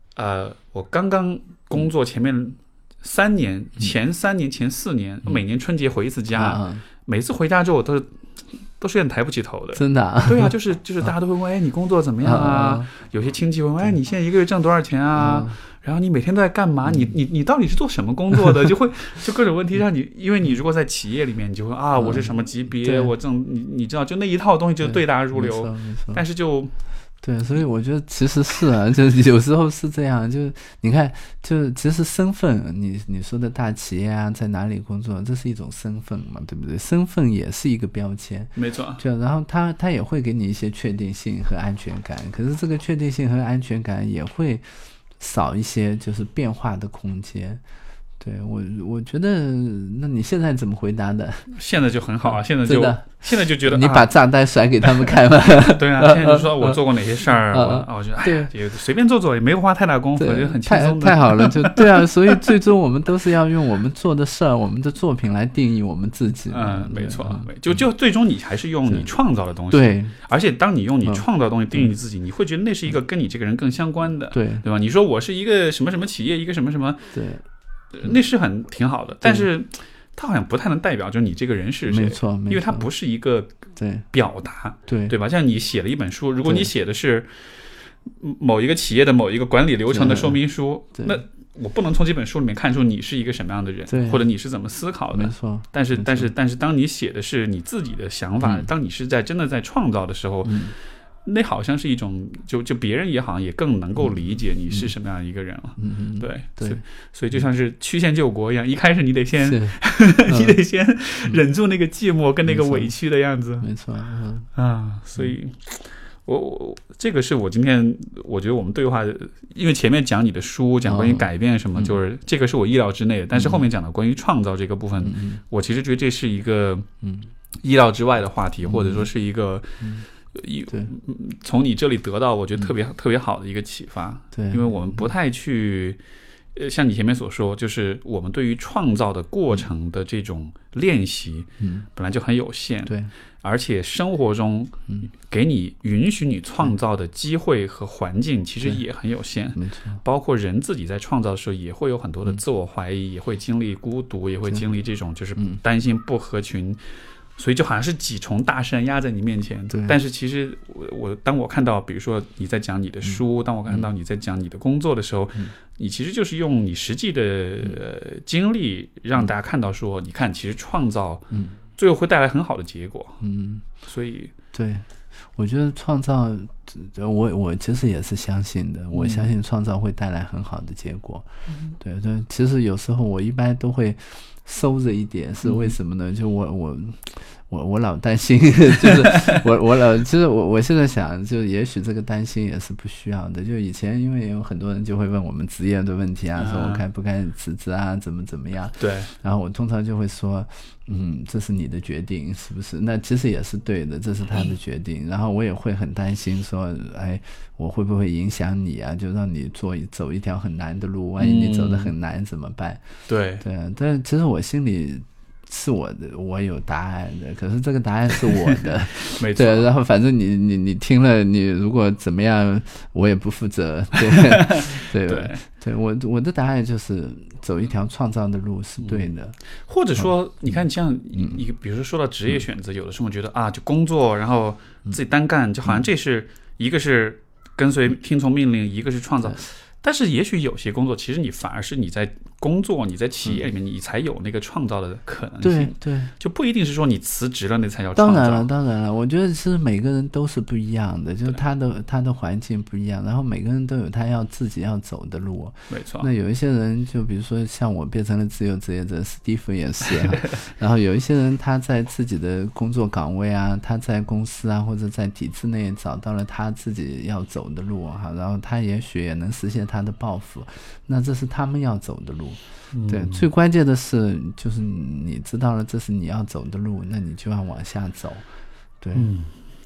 呃，我刚刚工作前面三年，嗯、前三年前四年，嗯、每年春节回一次家，嗯、每次回家之后我都是都是有点抬不起头的。 真的、啊？ 对啊，就是就是大家都会问，哎，你工作怎么样啊？嗯、有些亲戚会问，哎，你现在一个月挣多少钱啊？嗯、然后你每天都在干嘛？你你你到底是做什么工作的？就会就各种问题让你，因为你如果在企业里面，你就会啊，我是什么级别，嗯、我挣你你知道，就那一套东西就对答如流，但是就。 对，所以我觉得其实是啊，就有时候是这样，就你看，就其实身份，你你说的大企业啊，在哪里工作，这是一种身份嘛，对不对？身份也是一个标签， 没错。 就然后它它也会给你一些确定性和安全感，可是这个确定性和安全感也会少一些，就是变化的空间。对我，我觉得，那你现在怎么回答的？ 现在就很好啊，现在就现在就觉得你把账单甩给他们看吗？ 啊对啊，现在就说我做过哪些事儿，我啊，我觉得哎呀，也随便做做，也没花太大功夫，就很轻松的。 太好了，就对啊，所以最终我们都是要用我们做的事儿、我们的作品来定义我们自己。 嗯，没错，没就就最终你还是用你创造的东西。 对， 而且当你用你创造的东西定义自己，你会觉得那是一个跟你这个人更相关的， 对对吧？你说我是一个什么什么企业，一个什么什么， 对。 那是很挺好的，但是它好像不太能代表就是你这个人是谁， 没错， 因为它不是一个表达， 对对吧？像你写了一本书，如果你写的是某一个企业的某一个管理流程的说明书，那我不能从这本书里面看出你是一个什么样的人，或者你是怎么思考的。 没错， 但是但是但是当你写的是你自己的想法，嗯、当你是在真的在创造的时候。嗯那好像是一种，就就别人也好像也更能够理解你是什么样一个人了。 嗯嗯， 对对， 所以所以就像是曲线救国一样，一开始你得先，你得先忍住那个寂寞跟那个委屈的样子。 没错，嗯啊，所以我我这个是我今天我觉得我们对话，因为前面讲你的书，讲关于改变什么，就是这个是我意料之内的，但是后面讲到关于创造这个部分，我其实觉得这是一个意料之外的话题，或者说是一个。一从你这里得到我觉得特别、嗯、特别好的一个启发， 对， 因为我们不太去呃像你前面所说，就是我们对于创造的过程的这种练习嗯本来就很有限， 对， 而且生活中给你允许你创造的机会和环境其实也很有限， 没错， 包括人自己在创造的时候也会有很多的自我怀疑、嗯、也会经历孤独，也会经历这种就是担心不合群、嗯，所以就好像是几重大山压在你面前，但是其实我我当我看到比如说你在讲你的书、嗯、当我看到你在讲你的工作的时候、嗯、你其实就是用你实际的、呃、经历让大家看到说、嗯、你看其实创造最后会带来很好的结果， 嗯， 所以对，我觉得创造我我其实也是相信的，我相信创造会带来很好的结果、嗯、对对，其实有时候我一般都会收着一点，是为什么呢？就我我我我老担心，就是我我老，其实我我现在想，就也许这个担心也是不需要的。就以前因为有很多人就会问我们职业的问题啊，说我该不该辞职啊，怎么怎么样？ 对。 然后我通常就会说，嗯，这是你的决定，是不是？那其实也是对的，这是他的决定。然后我也会很担心说，哎，我会不会影响你啊？就让你做走一条很难的路，万一你走得很难怎么办？ 嗯、对对啊，但其实我心里。是我的，我有答案的，可是这个答案是我的， 没错。 对，然后反正你你你听了，你如果怎么样，我也不负责，对对对, 对，我我的答案就是走一条创造的路是对的，嗯、 或者说，嗯、你看像一个，比如说说到职业选择，嗯、有的时候我觉得啊，就工作，然后自己单干，就好像这是、嗯、一个是跟随听从命令，一个是创造。但是也许有些工作其实你反而是你在工作你在企业里面你才有那个创造的可能性， 对对， 就不一定是说你辞职了那才叫创造。 当然了当然了，我觉得其实每个人都是不一样的，就是他的他的环境不一样，然后每个人都有他要自己要走的路， 没错。 那有一些人就比如说像我变成了自由职业者，史蒂夫也是啊然后有一些人他在自己的工作岗位啊，他在公司啊或者在体制内找到了他自己要走的路哈，然后他也许也能实现他的抱负，那这是他们要走的路。对，最关键的是就是你知道了这是你要走的路，那你就要往下走。对， 嗯，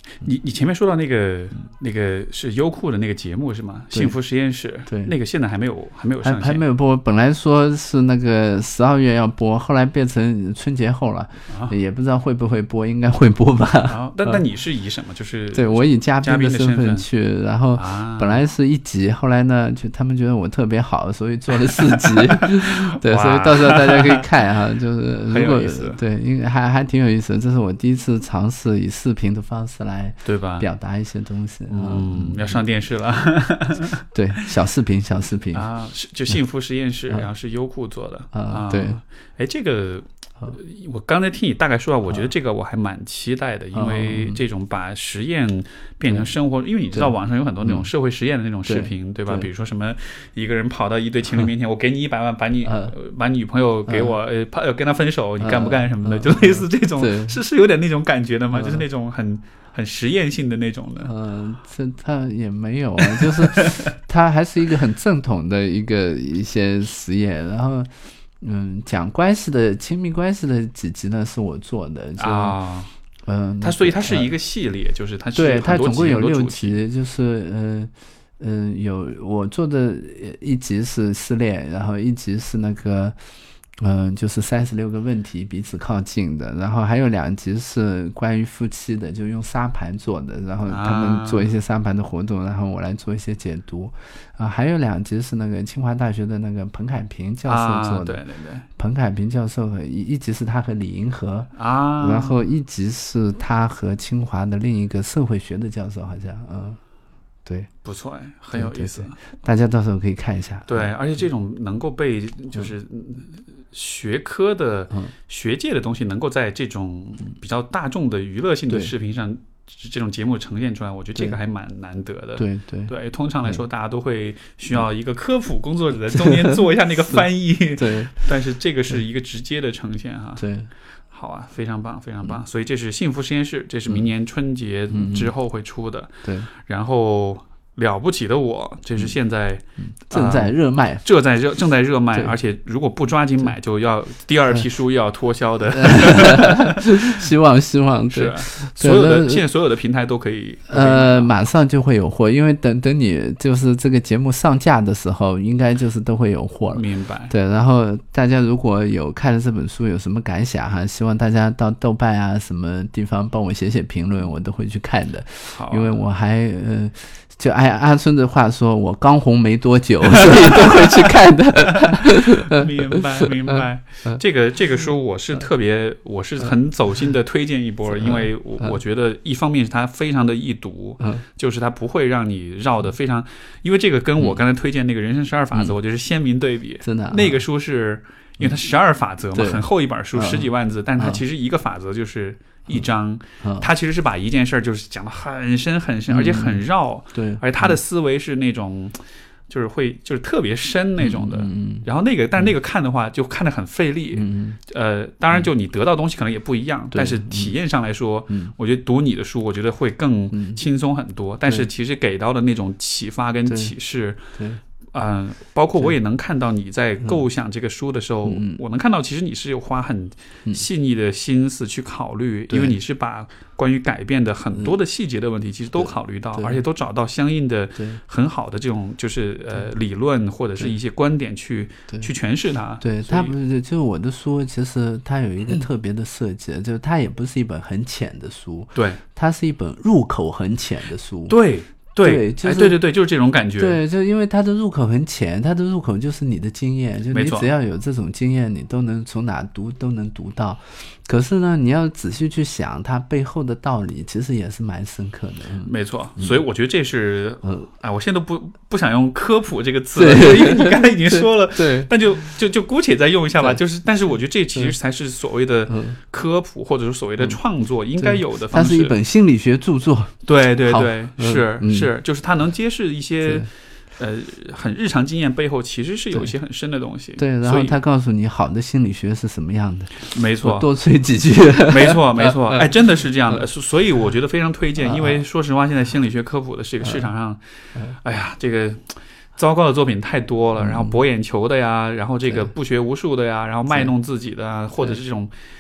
你你前面说到那个那个是优酷的那个节目是吗？幸福实验室， 对， 那个现在还没有还没有上线， 还还没有播。本来说是那个十二月要播，后来变成春节后了，啊、也不知道会不会播，应该会播吧。 啊，但但你是以什么？就是对我以嘉宾的身份去，然后本来是一集， 啊、 后来呢，就他们觉得我特别好，所以做了四集。对，所以到时候大家可以看哈，就是如果对，因为还还挺有意思的，这是我第一次尝试以视频的方式来。 对吧？ 表达一些东西， 嗯，要上电视了。 对，小视频，小视频啊，就幸福实验室，嗯、然后是优酷做的啊。对， 哎，这个我刚才听你大概说到，我觉得这个我还蛮期待的，因为这种把实验变成生活，因为你知道网上有很多那种社会实验的那种视频，对吧？比如说什么一个人跑到一对情侣面前，我给你一百万，把你把女朋友给我，呃，跟他分手，你干不干什么的，就类似这种，是是有点那种感觉的嘛，就是那种很。很实验性的那种的， 嗯、呃，这他也没有啊，就是他还是一个很正统的一个一些实验，然后嗯，讲关系的亲密关系的几集呢是我做的啊， 嗯， 它所以它是一个系列，就是它对它总共有六集，就是嗯嗯、呃、有我做的一集是失恋，然后一集是那个。嗯，就是三十六个问题彼此靠近的，然后还有两集是关于夫妻的，就用沙盘做的，然后他们做一些沙盘的活动，啊、然后我来做一些解读啊，还有两集是那个清华大学的那个彭凯平教授做的， 啊、对对对， 彭凯平教授一一集是他和李银河啊， 然后一集是他和清华的另一个社会学的教授，好像嗯。对， 不错哎，很有意思， 对对对，大家到时候可以看一下。 对，而且这种能够被就是学科的、嗯、学界的东西，能够在这种比较大众的娱乐性的视频上，这种节目呈现出来，我觉得这个还蛮难得的。 对对对, 对，通常来说，大家都会需要一个科普工作者在中间做一下那个翻译。 对， 但是这个是一个直接的呈现哈。 对。 好啊，非常棒，非常棒！所以这是幸福实验室，这是明年春节之后会出的。 对、嗯， 然后了不起的我，这是现在、 嗯、正在热卖， 呃、正在热正在热卖，而且如果不抓紧买，就要第二批书又要脱销的。 希望希望是所有的现在所有的平台都可以。 呃，马上就会有货，因为等等你就是这个节目上架的时候，应该就是都会有货了。 明白。 对，然后大家如果有看了这本书有什么感想哈，希望大家到豆瓣啊什么地方帮我写写评论，我都会去看的。 好、啊， 因为我还呃。就按阿春的话说，我刚红没多久，所以都会去看的。 明白，明白。这个这个书我是特别，我是很走心的推荐一波，因为我我觉得一方面是它非常的易读，就是它不会让你绕的非常，因为这个跟我刚才推荐那个人生十二法则，我觉得是鲜明对比。 真的， 那个书是因为它十二法则嘛，很厚一本书，十几万字，但它其实一个法则就是一章， 嗯、 他其实是把一件事儿就是讲得很深很深，嗯、而且很绕， 对， 而且他的思维是那种，就是会就是特别深那种的。 嗯、 然后那个，但是那个看的话，就看得很费力。 嗯、 呃，当然，就你得到的东西可能也不一样，嗯、但是体验上来说， 嗯、 我觉得读你的书，我觉得会更轻松很多。嗯、但是其实给到的那种启发跟启示， 对。对嗯、呃，包括我也能看到你在构想这个书的时候， 嗯、 我能看到其实你是有花很细腻的心思去考虑， 嗯、 因为你是把关于改变的很多的细节的问题，其实都考虑到，而且都找到相应的很好的这种就是呃理论或者是一些观点去去诠释它。 对，它不是就是我的书，其实它有一个特别的设计，嗯、就是它也不是一本很浅的书， 对， 它是一本入口很浅的书， 对。对， 对，就是哎、对对对，就是这种感觉。 对，就因为它的入口很浅，它的入口就是你的经验，就你只要有这种经验，你都能从哪读都能读到。可是呢，你要仔细去想它背后的道理，其实也是蛮深刻的。嗯、 没错，所以我觉得这是， 嗯， 哎，我现在都不不想用科普这个词了，因为你刚才已经说了， 对， 但就就就姑且再用一下吧。就是，但是我觉得这其实才是所谓的科普，或者是所谓的创作应该有的方式。 它是一本心理学著作。 对对对，是、 嗯、 是，就是它能揭示一些。呃，很日常经验背后其实是有一些很深的东西。 对，然后他告诉你好的心理学是什么样的。 没错， 多吹几句。 没错，没错，哎，真的是这样的。所以我觉得非常推荐，因为说实话，现在心理学科普的这个市场上，哎呀，这个糟糕的作品太多了，然后博眼球的呀，然后这个不学无术的呀，然后卖弄自己的啊，或者是这种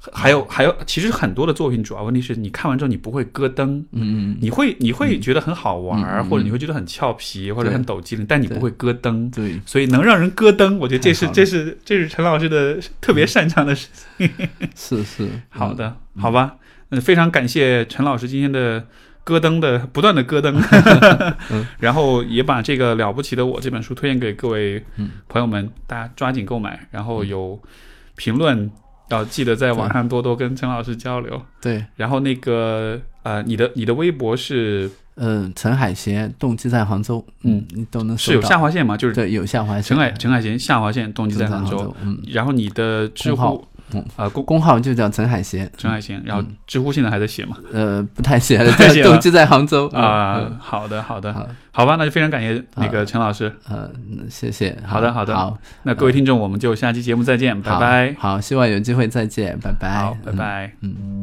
还有还有，其实很多的作品主要问题是你看完之后你不会咯噔， 嗯， 你会你会觉得很好玩， 嗯、 或者你会觉得很俏皮，或者很抖机灵，但你不会咯噔。 对， 所以能让人咯噔，我觉得这是这是这是陈老师的特别擅长的事情。 是是， 好的，嗯、好吧，嗯，非常感谢陈老师今天的咯噔的不断的咯噔，嗯、然后也把这个了不起的我这本书推荐给各位朋友们，大家抓紧购买，然后有评论。要记得在网上多多跟陈老师交流。 对， 然后那个呃，你的你的微博是嗯、呃，陈海贤，动机在杭州，嗯，你都能搜到。 是有下划线吗？就是对，有下划线。 陈海陈海贤下划线，动机在杭州。 嗯， 然后你的知乎。 嗯啊，公公号就叫陈海贤， 陈海贤，然后知乎现在还在写吗？ 呃，不太写了，在动机在杭州啊、嗯。好的，好的，好，好吧，那就非常感谢那个陈老师， 呃，谢谢。 好的，好的， 好， 那各位听众，我们就下期节目再见，拜拜。 好，希望有机会再见，拜拜。 好，拜拜。 嗯。嗯